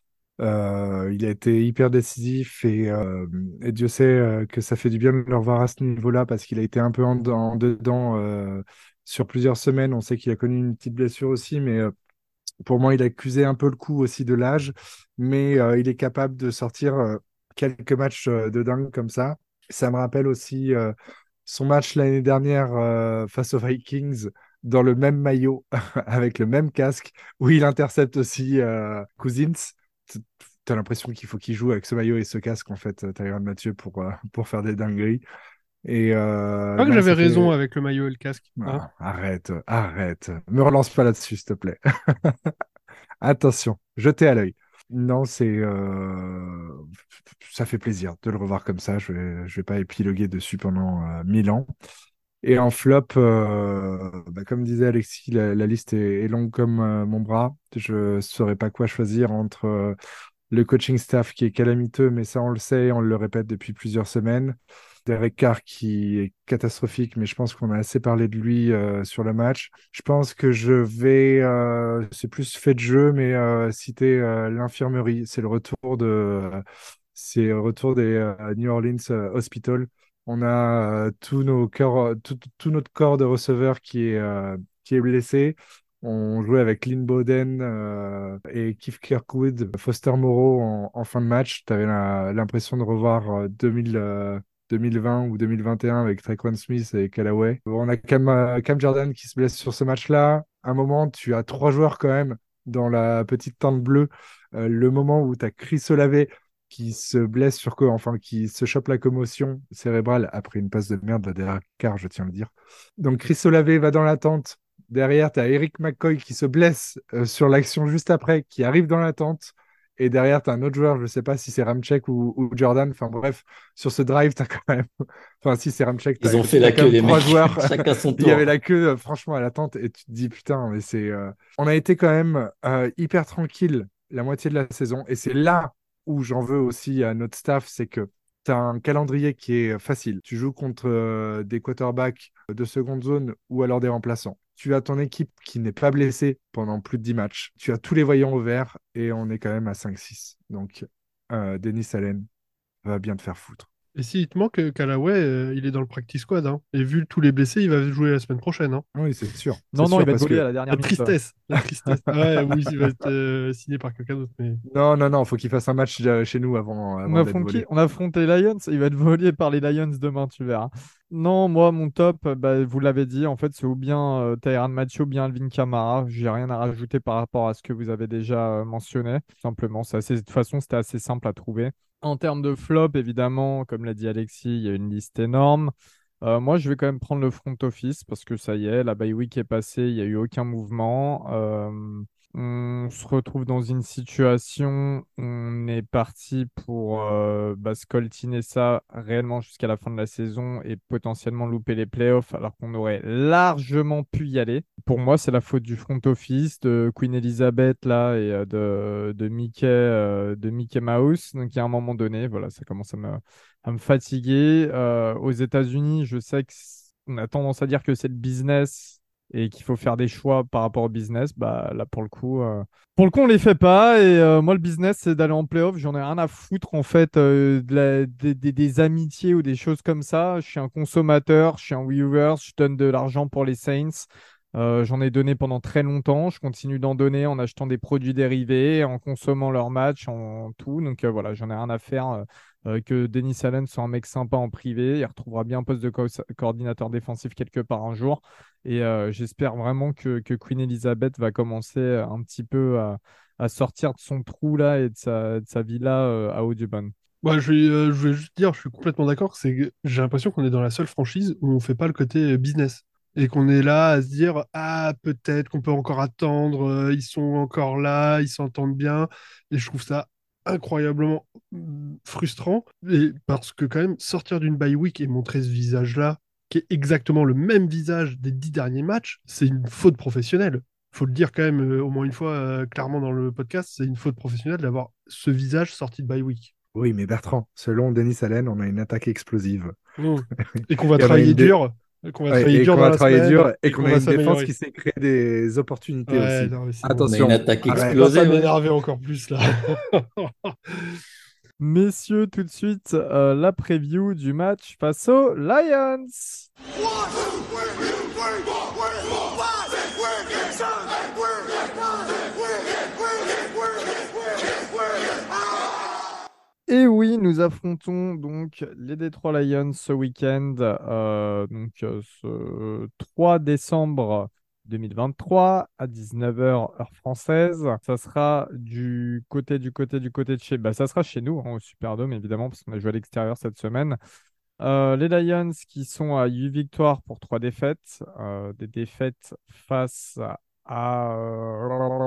Euh, il a été hyper décisif et, euh, et Dieu sait euh, que ça fait du bien de le revoir à ce niveau-là parce qu'il a été un peu en, en dedans euh, sur plusieurs semaines. On sait qu'il a connu une petite blessure aussi, mais euh, pour moi, il a accusé un peu le coup aussi de l'âge, mais euh, il est capable de sortir euh, quelques matchs euh, de dingue comme ça. Ça me rappelle aussi euh, son match l'année dernière euh, face aux Vikings dans le même maillot, avec le même casque, où il intercepte aussi euh, Cousins. T- T'as l'impression qu'il faut qu'il joue avec ce maillot et ce casque, en fait, Tyrann Mathieu, pour, euh, pour faire des dingueries. Et Je euh, crois que non, j'avais ça raison fait... avec le maillot et le casque. Hein. Ah, arrête, arrête. Me relance pas là-dessus, s'il te plaît. Attention, jetez à l'œil. Non, c'est euh, ça fait plaisir de le revoir comme ça. Je vais, je vais pas épiloguer dessus pendant euh, mille ans. Et en flop, euh, bah, comme disait Alexis, la, la liste est, est longue comme euh, mon bras. Je saurais pas quoi choisir entre euh, le coaching staff qui est calamiteux, mais ça on le sait, on le répète depuis plusieurs semaines. Derek Carr qui est catastrophique, mais je pense qu'on a assez parlé de lui euh, sur le match. Je pense que je vais, euh, c'est plus fait de jeu, mais euh, citer euh, l'infirmerie. C'est le retour de, euh, c'est le retour des euh, New Orleans euh, Hospital. On a euh, tous nos corps, tout, tout notre corps de receveurs qui est, euh, qui est blessé. On jouait avec Lynn Bowden euh, et Keith Kirkwood, Foster Moreau en, en fin de match. Tu avais l'impression de revoir euh, deux mille, euh, deux mille vingt ou deux mille vingt et un avec Tre'Quan Smith et Callaway. On a Cam, euh, Cam Jordan qui se blesse sur ce match-là. À un moment, tu as trois joueurs quand même dans la petite tente bleue. Euh, le moment où tu as Chris Olave qui se blesse sur quoi, enfin qui se chope la commotion cérébrale après une passe de merde de Derek Carr, je tiens à le dire. Donc Chris Olave va dans la tente. Derrière, tu as Eric McCoy qui se blesse euh, sur l'action juste après, qui arrive dans la tente. Et derrière, tu as un autre joueur, je ne sais pas si c'est Ramchek ou, ou Jordan. Enfin bref, sur ce drive, tu as quand même. Enfin, si c'est Ramchek, tu Ils ont as, fait la quand queue, même les trois mecs. joueurs. Chacun son Il y avait tour. la queue, euh, franchement, à la tente. Et tu te dis, putain, mais c'est. euh, On a été quand même euh, hyper tranquille la moitié de la saison. Et c'est là où j'en veux aussi à notre staff, c'est que tu as un calendrier qui est facile. Tu joues contre euh, des quarterbacks de seconde zone ou alors des remplaçants. Tu as ton équipe qui n'est pas blessée pendant plus de dix matchs. Tu as tous les voyants au vert et on est quand même à cinq six. Donc, euh, Dennis Allen va bien te faire foutre. Et s'il te manque, euh, Callaway, euh, il est dans le practice squad, hein. Et vu tous les blessés, il va jouer la semaine prochaine, hein. Oui, c'est sûr. C'est Non, non, il sûr va être parce volé que à la dernière La minute. tristesse, la tristesse. Ouais, oui, il va être euh, signé par quelqu'un d'autre, mais... non, non, non, faut qu'il fasse un match euh, chez nous avant, On avant d'être affronte qui? volé. On affronte les Lions. Il va être volé par les Lions demain, tu verras. Non, moi, mon top, euh, bah, vous l'avez dit, en fait, c'est ou bien euh, Tyrann Mathieu ou bien Alvin Kamara. J'ai rien à rajouter par rapport à ce que vous avez déjà euh, mentionné. Tout simplement, c'est assez... de toute façon, c'était assez simple à trouver. En termes de flop, évidemment, comme l'a dit Alexis, il y a une liste énorme. Euh, moi, je vais quand même prendre le front office parce que ça y est, la bye week est passée, il n'y a eu aucun mouvement. Euh, on se retrouve dans une situation, on est parti pour euh, bah, scoltiner ça réellement jusqu'à la fin de la saison et potentiellement louper les playoffs alors qu'on aurait largement pu y aller. Pour moi, c'est la faute du front office, de Queen Elizabeth là et euh, de, de Mickey, euh, de Mickey Mouse. Donc, il y a un moment donné, voilà, ça commence à me, à me fatiguer. Euh, aux États-Unis, je sais que c- on a tendance à dire que c'est le business et qu'il faut faire des choix par rapport au business. Bah là, pour le coup, euh, pour le coup, on les fait pas. Et euh, moi, le business, c'est d'aller en playoff. J'en ai rien à foutre en fait euh, de la- des, des- des amitiés ou des choses comme ça. Je suis un consommateur, je suis un viewer, je donne de l'argent pour les Saints. Euh, j'en ai donné pendant très longtemps. Je continue d'en donner en achetant des produits dérivés, en consommant leurs matchs, en tout. Donc euh, voilà, j'en ai rien à faire. euh, euh, que Dennis Allen soit un mec sympa en privé. Il retrouvera bien un poste de co- coordinateur défensif quelque part un jour. Et euh, j'espère vraiment que, que Queen Elizabeth va commencer euh, un petit peu à, à sortir de son trou là et de sa, de sa villa euh, à Audubon. Bah, je vais, euh, je vais juste dire, je suis complètement d'accord, c'est que j'ai l'impression qu'on est dans la seule franchise où on fait pas le côté euh, business. Et qu'on est là à se dire, ah, peut-être qu'on peut encore attendre, euh, ils sont encore là, ils s'entendent bien. Et je trouve ça incroyablement mm, frustrant. Et parce que quand même, sortir d'une bye week et montrer ce visage-là, qui est exactement le même visage des dix derniers matchs, c'est une faute professionnelle. Faut le dire quand même euh, au moins une fois euh, clairement dans le podcast, c'est une faute professionnelle d'avoir ce visage sorti de bye week. Oui, mais Bertrand, selon Denis Allen, on a une attaque explosive. Mm. Et qu'on va Et on a travailler une dé- dur, qu'on va ouais, travailler et dur qu'on dans va la travailler semaine dur et et qu'on qu'on a va une défense s'améliorer. qui sait créer des opportunités Ouais, aussi. non, mais c'est bon. On a une Attention, attaque Ça arrête. commence à explosée, ouais. m'énerver encore plus là. Messieurs, tout de suite, euh, la preview du match face aux Lions. Et oui, nous affrontons donc les Detroit Lions ce week-end, euh, donc euh, ce trois décembre deux mille vingt-trois à dix-neuf heures heure française. Ça sera du côté, du côté, du côté de chez... Bah, ça sera chez nous, hein, au Superdome, évidemment, parce qu'on a joué à l'extérieur cette semaine. Euh, les Lions qui sont à huit victoires pour trois défaites. Euh, des défaites face à, euh,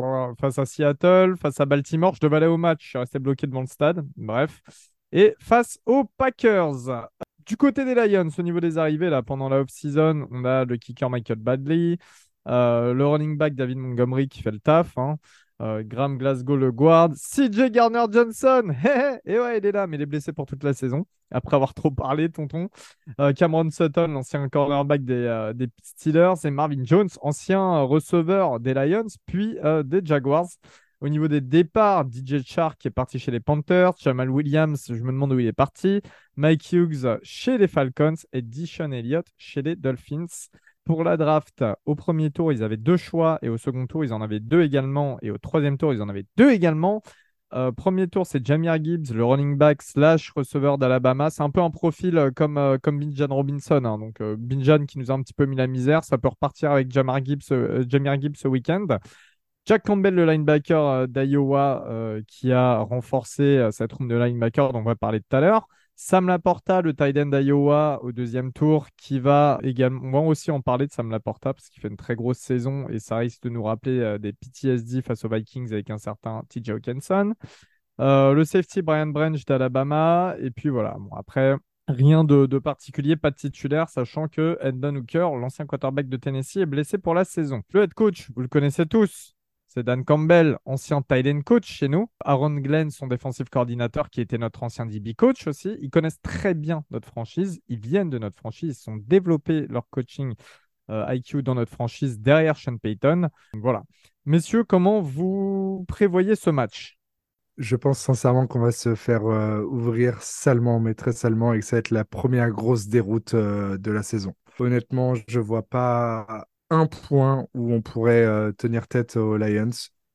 face à Seattle, face à Baltimore. Je devais aller au match, je suis resté bloqué devant le stade. Bref. Et face aux Packers. Du côté des Lions, au niveau des arrivées, là, pendant la off-season, on a le kicker Michael Badley, euh, le running back David Montgomery qui fait le taf, hein, euh, Graham Glasgow le guard, C J Garner-Johnson, et ouais, il est là, mais il est blessé pour toute la saison, après avoir trop parlé, tonton. Euh, Cameron Sutton, l'ancien cornerback des, euh, des Steelers, et Marvin Jones, ancien receveur des Lions, puis euh, des Jaguars. Au niveau des départs, D J Chark qui est parti chez les Panthers, Jamal Williams, je me demande où il est parti, Mike Hughes chez les Falcons et Dishon Elliott chez les Dolphins. Pour la draft, au premier tour, ils avaient deux choix et au second tour, ils en avaient deux également et au troisième tour, ils en avaient deux également. Euh, premier tour, c'est Jahmyr Gibbs, le running back slash receveur d'Alabama. C'est un peu un profil euh, comme, euh, comme Bijan Robinson, hein. Donc, euh, Bijan qui nous a un petit peu mis la misère. Ça peut repartir avec Jahmyr Gibbs, euh, Jahmyr Gibbs ce week-end. Jack Campbell, le linebacker euh, d'Iowa, euh, qui a renforcé euh, cette room de linebacker dont on va parler tout à l'heure. Sam Laporta, le tight end d'Iowa au deuxième tour, qui va également, on va aussi en parler de Sam Laporta parce qu'il fait une très grosse saison et ça risque de nous rappeler euh, des P T S D face aux Vikings avec un certain T J Hawkinson. Euh, le safety Brian Branch d'Alabama. Et puis voilà, bon, après, rien de, de particulier, pas de titulaire, sachant que Hendon Hooker, l'ancien quarterback de Tennessee, est blessé pour la saison. Le head coach, vous le connaissez tous. C'est Dan Campbell, ancien tight end coach chez nous. Aaron Glenn, son défensif coordinateur, qui était notre ancien D B coach aussi. Ils connaissent très bien notre franchise. Ils viennent de notre franchise. Ils sont développés leur coaching euh, I Q dans notre franchise derrière Sean Payton. Donc, voilà. Messieurs, comment vous prévoyez ce match? Je pense sincèrement qu'on va se faire euh, ouvrir salement, mais très salement, et que ça va être la première grosse déroute euh, de la saison. Honnêtement, je vois pas un point où on pourrait euh, tenir tête aux Lions.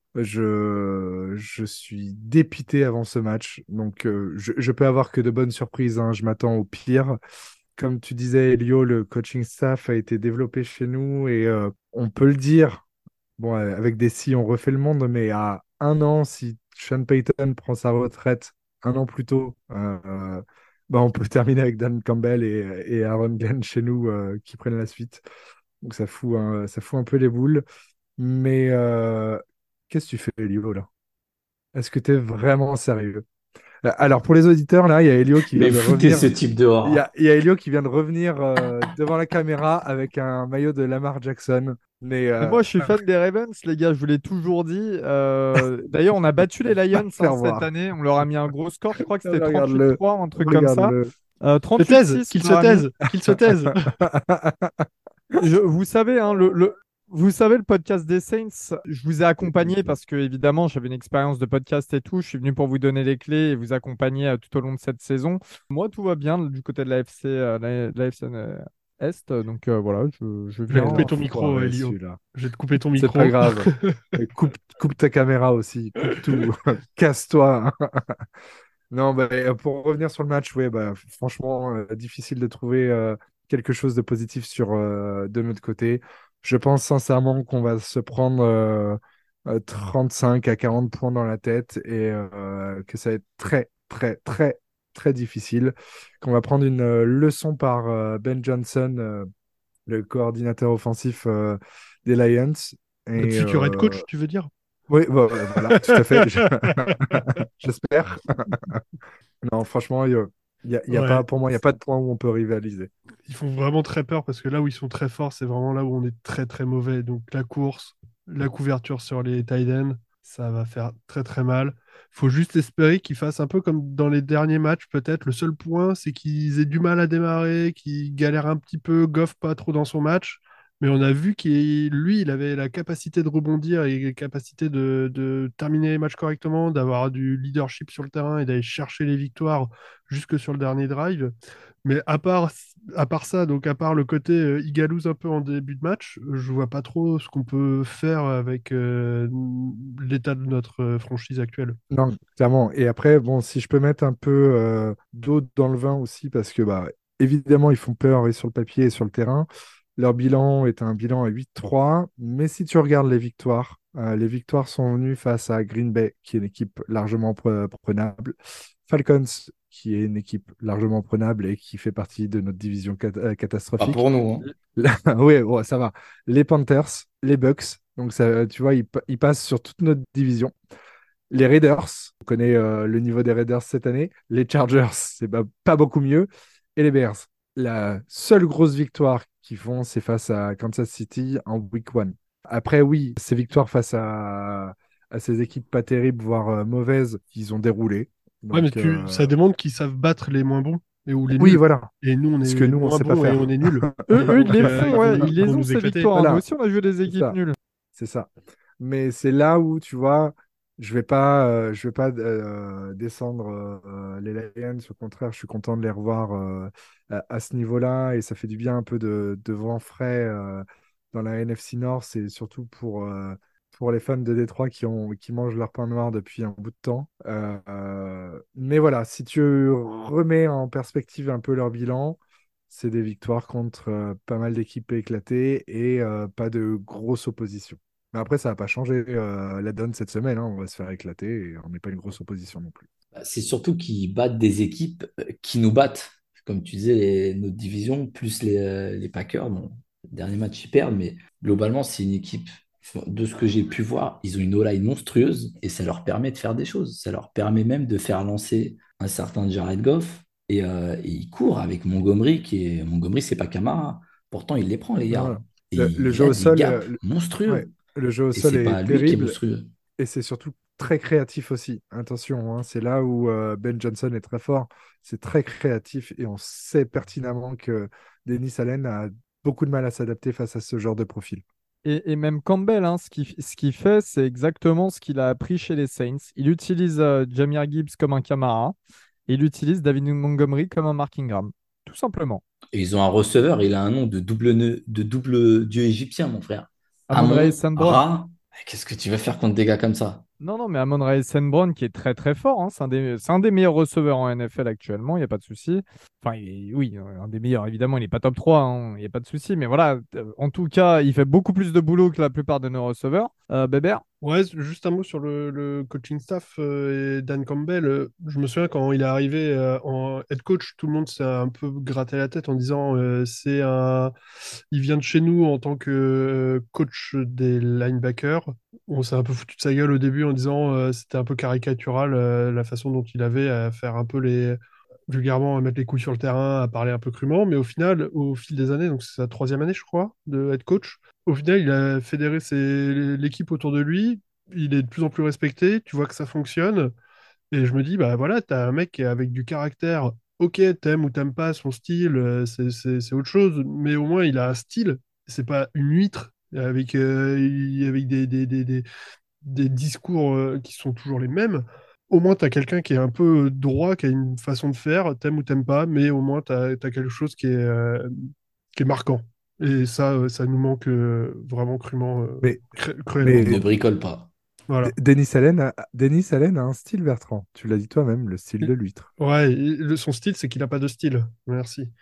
Je, je suis dépité avant ce match, donc euh, je, je peux avoir que de bonnes surprises, hein. Je m'attends au pire. Comme tu disais, Elio, le coaching staff a été développé chez nous et euh, on peut le dire. Bon, euh, avec des si, on refait le monde, mais à un an, si Sean Payton prend sa retraite un an plus tôt, euh, euh, bah, on peut terminer avec Dan Campbell et, et Aaron Glenn chez nous euh, qui prennent la suite. Donc ça fout un, ça fout un peu les boules. Mais euh, qu'est-ce que tu fais, Elio, là? Est-ce que tu es vraiment sérieux? Euh, Alors, pour les auditeurs, là, il y a Elio qui vient Mais de foutez revenir. ce type Il y dehors. a, il y a Elio qui vient de revenir euh, devant la caméra avec un maillot de Lamar Jackson. Mais Mais euh, moi, je suis fan des Ravens, les gars, je vous l'ai toujours dit. Euh, D'ailleurs, on a battu les pas Lions te hein, faire cette voir. année. On leur a mis un gros score. Je crois que c'était Regarde-le. trente-huit trois, un truc comme ça. Regarde-le. Euh, Se taise, trente-huit six, qu'il on se leur a mis. taise, qu'il se taise. Je- vous savez, hein, le, le- vous savez, le podcast des Saints, je vous ai accompagné parce que, évidemment, j'avais une expérience de podcast et tout. Je suis venu pour vous donner les clés et vous accompagner euh, tout au long de cette saison. Moi, tout va bien du côté de la F C, euh, la, la F C euh, Est. Donc, euh, voilà, je, je Je vais te viens. couper Quel ton micro, enfoiré, Elio. celui-là. Je vais te couper ton C'est pas micro. grave. Et Coupe, coupe ta caméra aussi. Coupe tout. Casse-toi. Non, bah, euh, pour revenir sur le match, ouais, bah, franchement, euh, difficile de trouver euh, quelque chose de positif sur, euh, de notre côté. Je pense sincèrement qu'on va se prendre euh, euh, trente-cinq à quarante points dans la tête et euh, que ça va être très, très, très, très difficile. Qu'on va prendre une euh, leçon par euh, Ben Johnson, euh, le coordinateur offensif euh, des Lions. Notre Et futur head euh, coach, tu veux dire? oui, bah, ouais, voilà, tout à fait. Je- J'espère. Non, franchement, il y a, il y a Ouais, pas, pour moi, il n'y a pas de point où on peut rivaliser. ils font vraiment très peur parce que là où ils sont très forts, c'est vraiment là où on est très très mauvais. Donc la course, la couverture sur les tight ends, ça va faire très très mal. Faut juste espérer qu'ils fassent un peu comme dans les derniers matchs, peut-être. Le seul point, c'est qu'ils aient du mal à démarrer, qu'ils galèrent un petit peu, Goff pas trop dans son match. Mais on a vu qu'il, lui, il avait la capacité de rebondir et la capacité de, de terminer les matchs correctement, d'avoir du leadership sur le terrain et d'aller chercher les victoires jusque sur le dernier drive. Mais à part, à part ça, donc à part le côté euh, il galouse un peu en début de match, je vois pas trop ce qu'on peut faire avec euh, l'état de notre euh, franchise actuelle. Non, clairement. Et après, bon, si je peux mettre un peu euh, d'eau dans le vin aussi, parce que, bah, évidemment, ils font peur et sur le papier et sur le terrain. Leur bilan est un bilan à huit trois. Mais si tu regardes les victoires, euh, les victoires sont venues face à Green Bay, qui est une équipe largement pre- prenable. Falcons, qui est une équipe largement prenable et qui fait partie de notre division cat- euh, Pas catastrophique. pour nous, hein. Oui, ouais, ça va. Les Panthers, les Bucks Donc, ça, tu vois, ils, pa- ils passent sur toute notre division. Les Raiders, on connaît euh, le niveau des Raiders cette année. Les Chargers, c'est pas, pas beaucoup mieux. Et les Bears. La seule grosse victoire qu'ils font, c'est face à Kansas City en week one. Après, oui, ces victoires face à, à ces équipes pas terribles, voire euh, mauvaises, ils ont déroulé. Ouais, mais Donc, tu, ça euh, démontre qu'ils savent battre les moins bons et ou les oui, nuls. voilà. Et nous, on Ce est que les nous, on moins sait pas bons et faire. on est nuls. Eux, Et eux, ils donc, les euh, font, ils vont ouais, nous, ils ils les vont ont nous ces éclater. victoires. Nous Voilà, aussi, on a joué des c'est équipes ça. nulles. C'est ça. Mais c'est là où, tu vois, je vais pas, euh, je vais pas euh, descendre euh, les Lions. Au contraire, je suis content de les revoir euh, à, à ce niveau-là. Et ça fait du bien un peu de, de vent frais euh, dans la N F C North. C'est surtout pour, euh, pour les fans de Détroit qui, ont, qui mangent leur pain noir depuis un bout de temps. Euh, euh, mais voilà, si tu remets en perspective un peu leur bilan, c'est des victoires contre euh, pas mal d'équipes éclatées et euh, pas de grosse opposition. Mais après, ça va pas changer euh, la donne cette semaine, hein. On va se faire éclater et on n'est pas une grosse opposition non plus. Bah, c'est surtout qu'ils battent des équipes euh, qui nous battent. Comme tu disais, les- notre division, plus les, euh, les Packers. Bon, le dernier match, ils perdent, mais globalement, c'est une équipe, de ce que j'ai pu voir, ils ont une O-line monstrueuse et ça leur permet de faire des choses. Ça leur permet même de faire lancer un certain Jared Goff et, euh, et ils courent avec Montgomery, qui est. Montgomery, c'est pas Camara. Pourtant, il les prend, les Non, yards. voilà. Et Le, le il jeu a au des sol, gaps euh, le, ouais, monstrueux. le jeu au Et sol c'est est pas lui qui est terrible monstrueux. et c'est surtout très créatif aussi. Attention, hein, c'est là où euh, Ben Johnson est très fort. C'est très créatif et on sait pertinemment que Dennis Allen a beaucoup de mal à s'adapter face à ce genre de profil. Et, et même Campbell, hein, ce qu'il ce qu'il fait, c'est exactement ce qu'il a appris chez les Saints. Il utilise euh, Jahmyr Gibbs comme un Camara et il utilise David Montgomery comme un Mark Ingram. Tout simplement. Et ils ont un receveur, il a un nom de double, nœud- de double dieu égyptien, mon frère. Amon-Ra Amon, Saint Brown. Ra, qu'est-ce que tu veux faire contre des gars comme ça? Non, non, mais Amon-Ra Saint Brown qui est très très fort, hein, c'est un des, c'est un des meilleurs receveurs en N F L actuellement, il n'y a pas de souci. Enfin, il est- oui, un des meilleurs, évidemment, il n'est pas top trois, hein, il n'y a pas de souci. Mais voilà, euh, en tout cas, il fait beaucoup plus de boulot que la plupart de nos receveurs. Euh, Bébert? Ouais, juste un mot sur le, le coaching staff euh, et Dan Campbell. Euh, je me souviens quand il est arrivé euh, en head coach, tout le monde s'est un peu gratté la tête en disant euh, c'est un, il vient de chez nous en tant que euh, coach des linebackers. On s'est un peu foutu de sa gueule au début en disant euh, c'était un peu caricatural euh, la façon dont il avait à faire un peu les vulgairement à mettre les couilles sur le terrain, à parler un peu crûment, mais au final, au fil des années, donc c'est sa troisième année, je crois, de head coach, au final, il a fédéré ses- l'équipe autour de lui, il est de plus en plus respecté, tu vois que ça fonctionne, et je me dis, bah voilà, t'as un mec qui est avec du caractère, ok, t'aimes ou t'aimes pas son style, euh, c'est c'est- c'est autre chose, mais au moins il a un style, c'est pas une huître, avec, euh, il- avec des, des, des, des- des discours euh, qui sont toujours les mêmes. Au moins, tu as quelqu'un qui est un peu droit, qui a une façon de faire, t'aimes ou t'aimes pas, mais au moins, tu as, quelque chose qui est, euh, qui est marquant. Et ça, euh, ça nous manque euh, vraiment crûment, euh, Mais, cré- cruellement. Il ne mais bricole pas. D- Voilà. Denis Allen a, Denis Allen a un style, Bertrand. Tu l'as dit toi-même, le style de l'huître. Ouais, et le- son style, c'est qu'il n'a pas de style. Merci.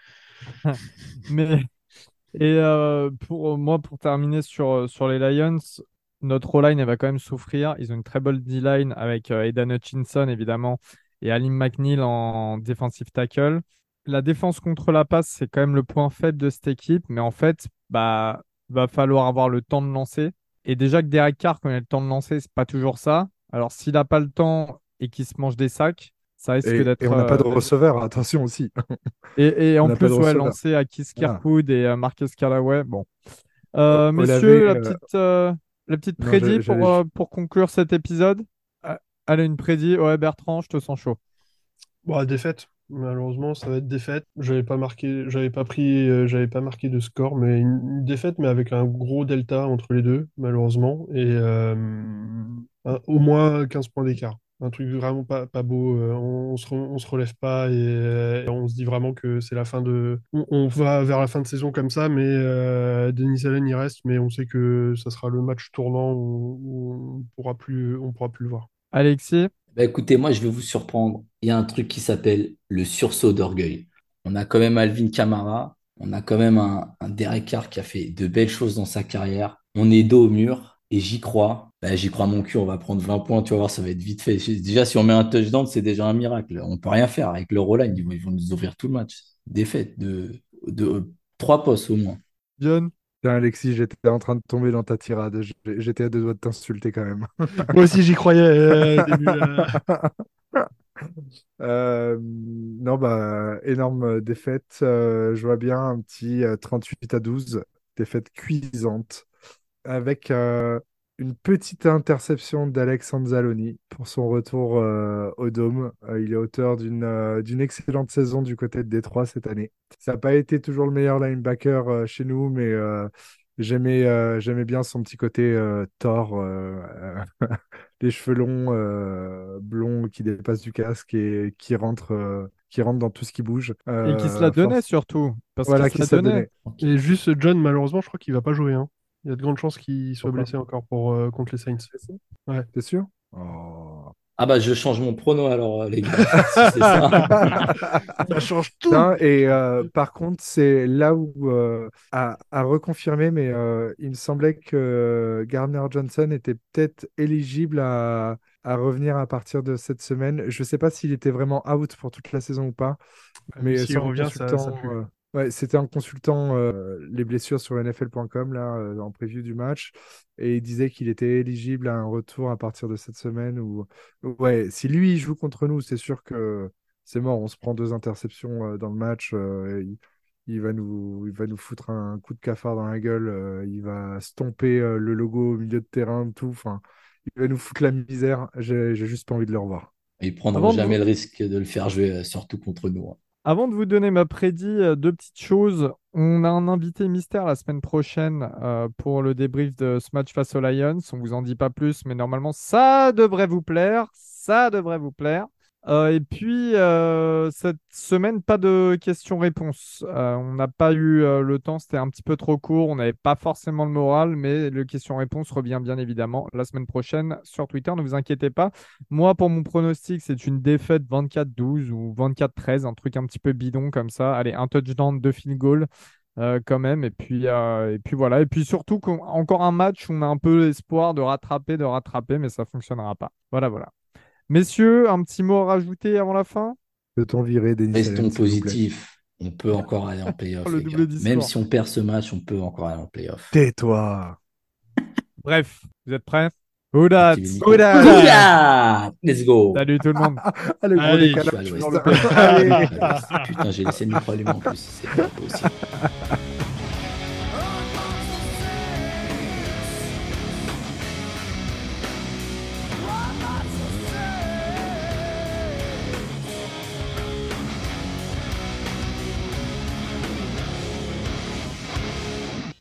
Mais et euh, pour moi, pour terminer sur, euh, sur les Lions, notre O-line, elle va quand même souffrir. Ils ont une très bonne D-line avec euh, Aidan Hutchinson, évidemment, et Alim McNeil en defensive tackle. La défense contre la passe, c'est quand même le point faible de cette équipe, mais en fait, bah, va falloir avoir le temps de lancer. Et déjà que Derek Carr, quand il a le temps de lancer, c'est pas toujours ça. Alors, s'il n'a pas le temps et qu'il se mange des sacs, ça risque Et, et d'être on n'a pas de euh, receveur, attention aussi. et, et On en n'a pas de plus, ouais, receveur. lancer à Keith Voilà. Kirkwood et à Marcus Callaway. Bon. O- Euh, messieurs, Olave, la euh, petite, euh, la petite non, prédit j'a- pour, j'allais. euh, ju- pour conclure cet épisode. Ah, allez, une prédit. Ouais, Bertrand, je te sens chaud. Bon, défaite. Malheureusement, ça va être défaite. J'avais pas marqué, j'avais pas pris, euh, j'avais pas marqué de score, mais une, une défaite, mais avec un gros delta entre les deux, malheureusement, et euh, un- au moins quinze points d'écart. Un truc vraiment pas, pas beau. euh, on, on se, re- on se relève pas et, euh, et on se dit vraiment que c'est la fin de. On, on va vers la fin de saison comme ça, mais euh, Denis Allen y reste, mais on sait que ça sera le match tournant où, où on pourra plus, on pourra plus le voir. Alexis, Bah, écoutez, moi, je vais vous surprendre. Il y a un truc qui s'appelle le sursaut d'orgueil. On a quand même Alvin Kamara, on a quand même un, un Derek Carr qui a fait de belles choses dans sa carrière. On est dos au mur et j'y crois. Bah, j'y crois mon cul, on va prendre vingt points, tu vas voir, ça va être vite fait. Déjà, si on met un touchdown, c'est déjà un miracle. On peut rien faire avec le line, ils vont, ils vont nous ouvrir tout le match. Défaite de, de trois postes au moins. John. Putain, Alexis, j'étais en train de tomber dans ta tirade. J'ai- J'étais à deux doigts de t'insulter quand même. Moi aussi, j'y croyais euh, au début. Là. Euh, non, bah, énorme défaite. Euh, je vois bien un petit euh, trente-huit à douze, défaite cuisante, avec euh, une petite interception d'Alex Anzalone pour son retour euh, au Dôme. Euh, il est auteur d'une euh, d'une excellente saison du côté de Détroit cette année. Ça n'a pas été toujours le meilleur linebacker euh, chez nous, mais euh, j'aimais euh, j'aimais bien son petit côté euh, Thor, euh, les cheveux longs, euh, blonds qui dépassent du casque et qui rentrent, euh, qui rentrent dans tout ce qui bouge. Et qui se la Euh, donnait force... surtout. Parce qu'il Voilà, se qui la se la donnait. donnait. Ok. Et juste John, malheureusement, je crois qu'il va pas jouer. Hein. Il y a de grandes chances qu'il soit Pourquoi? blessé encore pour, euh, contre les Saints. T'es sûr? Ouais. T'es sûr? Oh. Ah bah je change mon prono alors euh, les gars, si c'est ça. Ça change tout! Non, et euh, par contre, c'est là où, euh, à, à reconfirmer, mais euh, il me semblait que Gardner Johnson était peut-être éligible à, à revenir à partir de cette semaine. Je ne sais pas s'il était vraiment out pour toute la saison ou pas, Ah, lui, mais s'il c'est en revient, ça, ça consultant, pue. euh, ouais, c'était en consultant euh, les blessures sur N F L point com, là, euh, en preview du match, et il disait qu'il était éligible à un retour à partir de cette semaine. Ou ouais, si lui il joue contre nous, c'est sûr que c'est mort. On se prend deux interceptions euh, dans le match. Euh, il, il va nous, il va nous foutre un coup de cafard dans la gueule. Euh, il va stomper euh, le logo au milieu de terrain, tout. Enfin, il va nous foutre la misère. J'ai j'ai juste pas envie de le revoir. Ils prendront Avant de jamais vous, le risque de le faire jouer, euh, surtout contre nous, hein. Avant de vous donner ma prédit, euh, deux petites choses. On a un invité mystère la semaine prochaine euh, pour le débrief de ce match face aux Lions. On vous en dit pas plus, mais normalement, ça devrait vous plaire. Ça devrait vous plaire. Euh, et puis, euh, cette semaine, pas de questions-réponses. Euh, on n'a pas eu euh, le temps, c'était un petit peu trop court. On n'avait pas forcément le moral, mais le question-réponse revient bien évidemment la semaine prochaine sur Twitter. Ne vous inquiétez pas. Moi, pour mon pronostic, c'est une défaite vingt-quatre douze ou vingt-quatre treize, un truc un petit peu bidon comme ça. Allez, un touchdown, deux field goals euh, quand même. Et puis, euh, et puis voilà. Et puis surtout, qu'on- encore un match où on a un peu l'espoir de rattraper, de rattraper, mais ça fonctionnera pas. Voilà, voilà. Messieurs, un petit mot à rajouter avant la fin? Peut-on virer Denis Restons Allen, s'il vous plaît? positifs. On peut encore aller en Oh, playoff, le les double gars. Même discours. si on perd ce match, on peut encore aller en playoff. Tais-toi. Bref, vous êtes prêts? Who dat? Activez le Who micro. dat? Oula! Let's go! Salut tout le monde. Ah, le gros Allez, Je suis à décalage l'ouest. dans le Allez. Je Allez. suis à l'ouest. Putain, j'ai laissé le micro allumé en plus. C'est pas possible.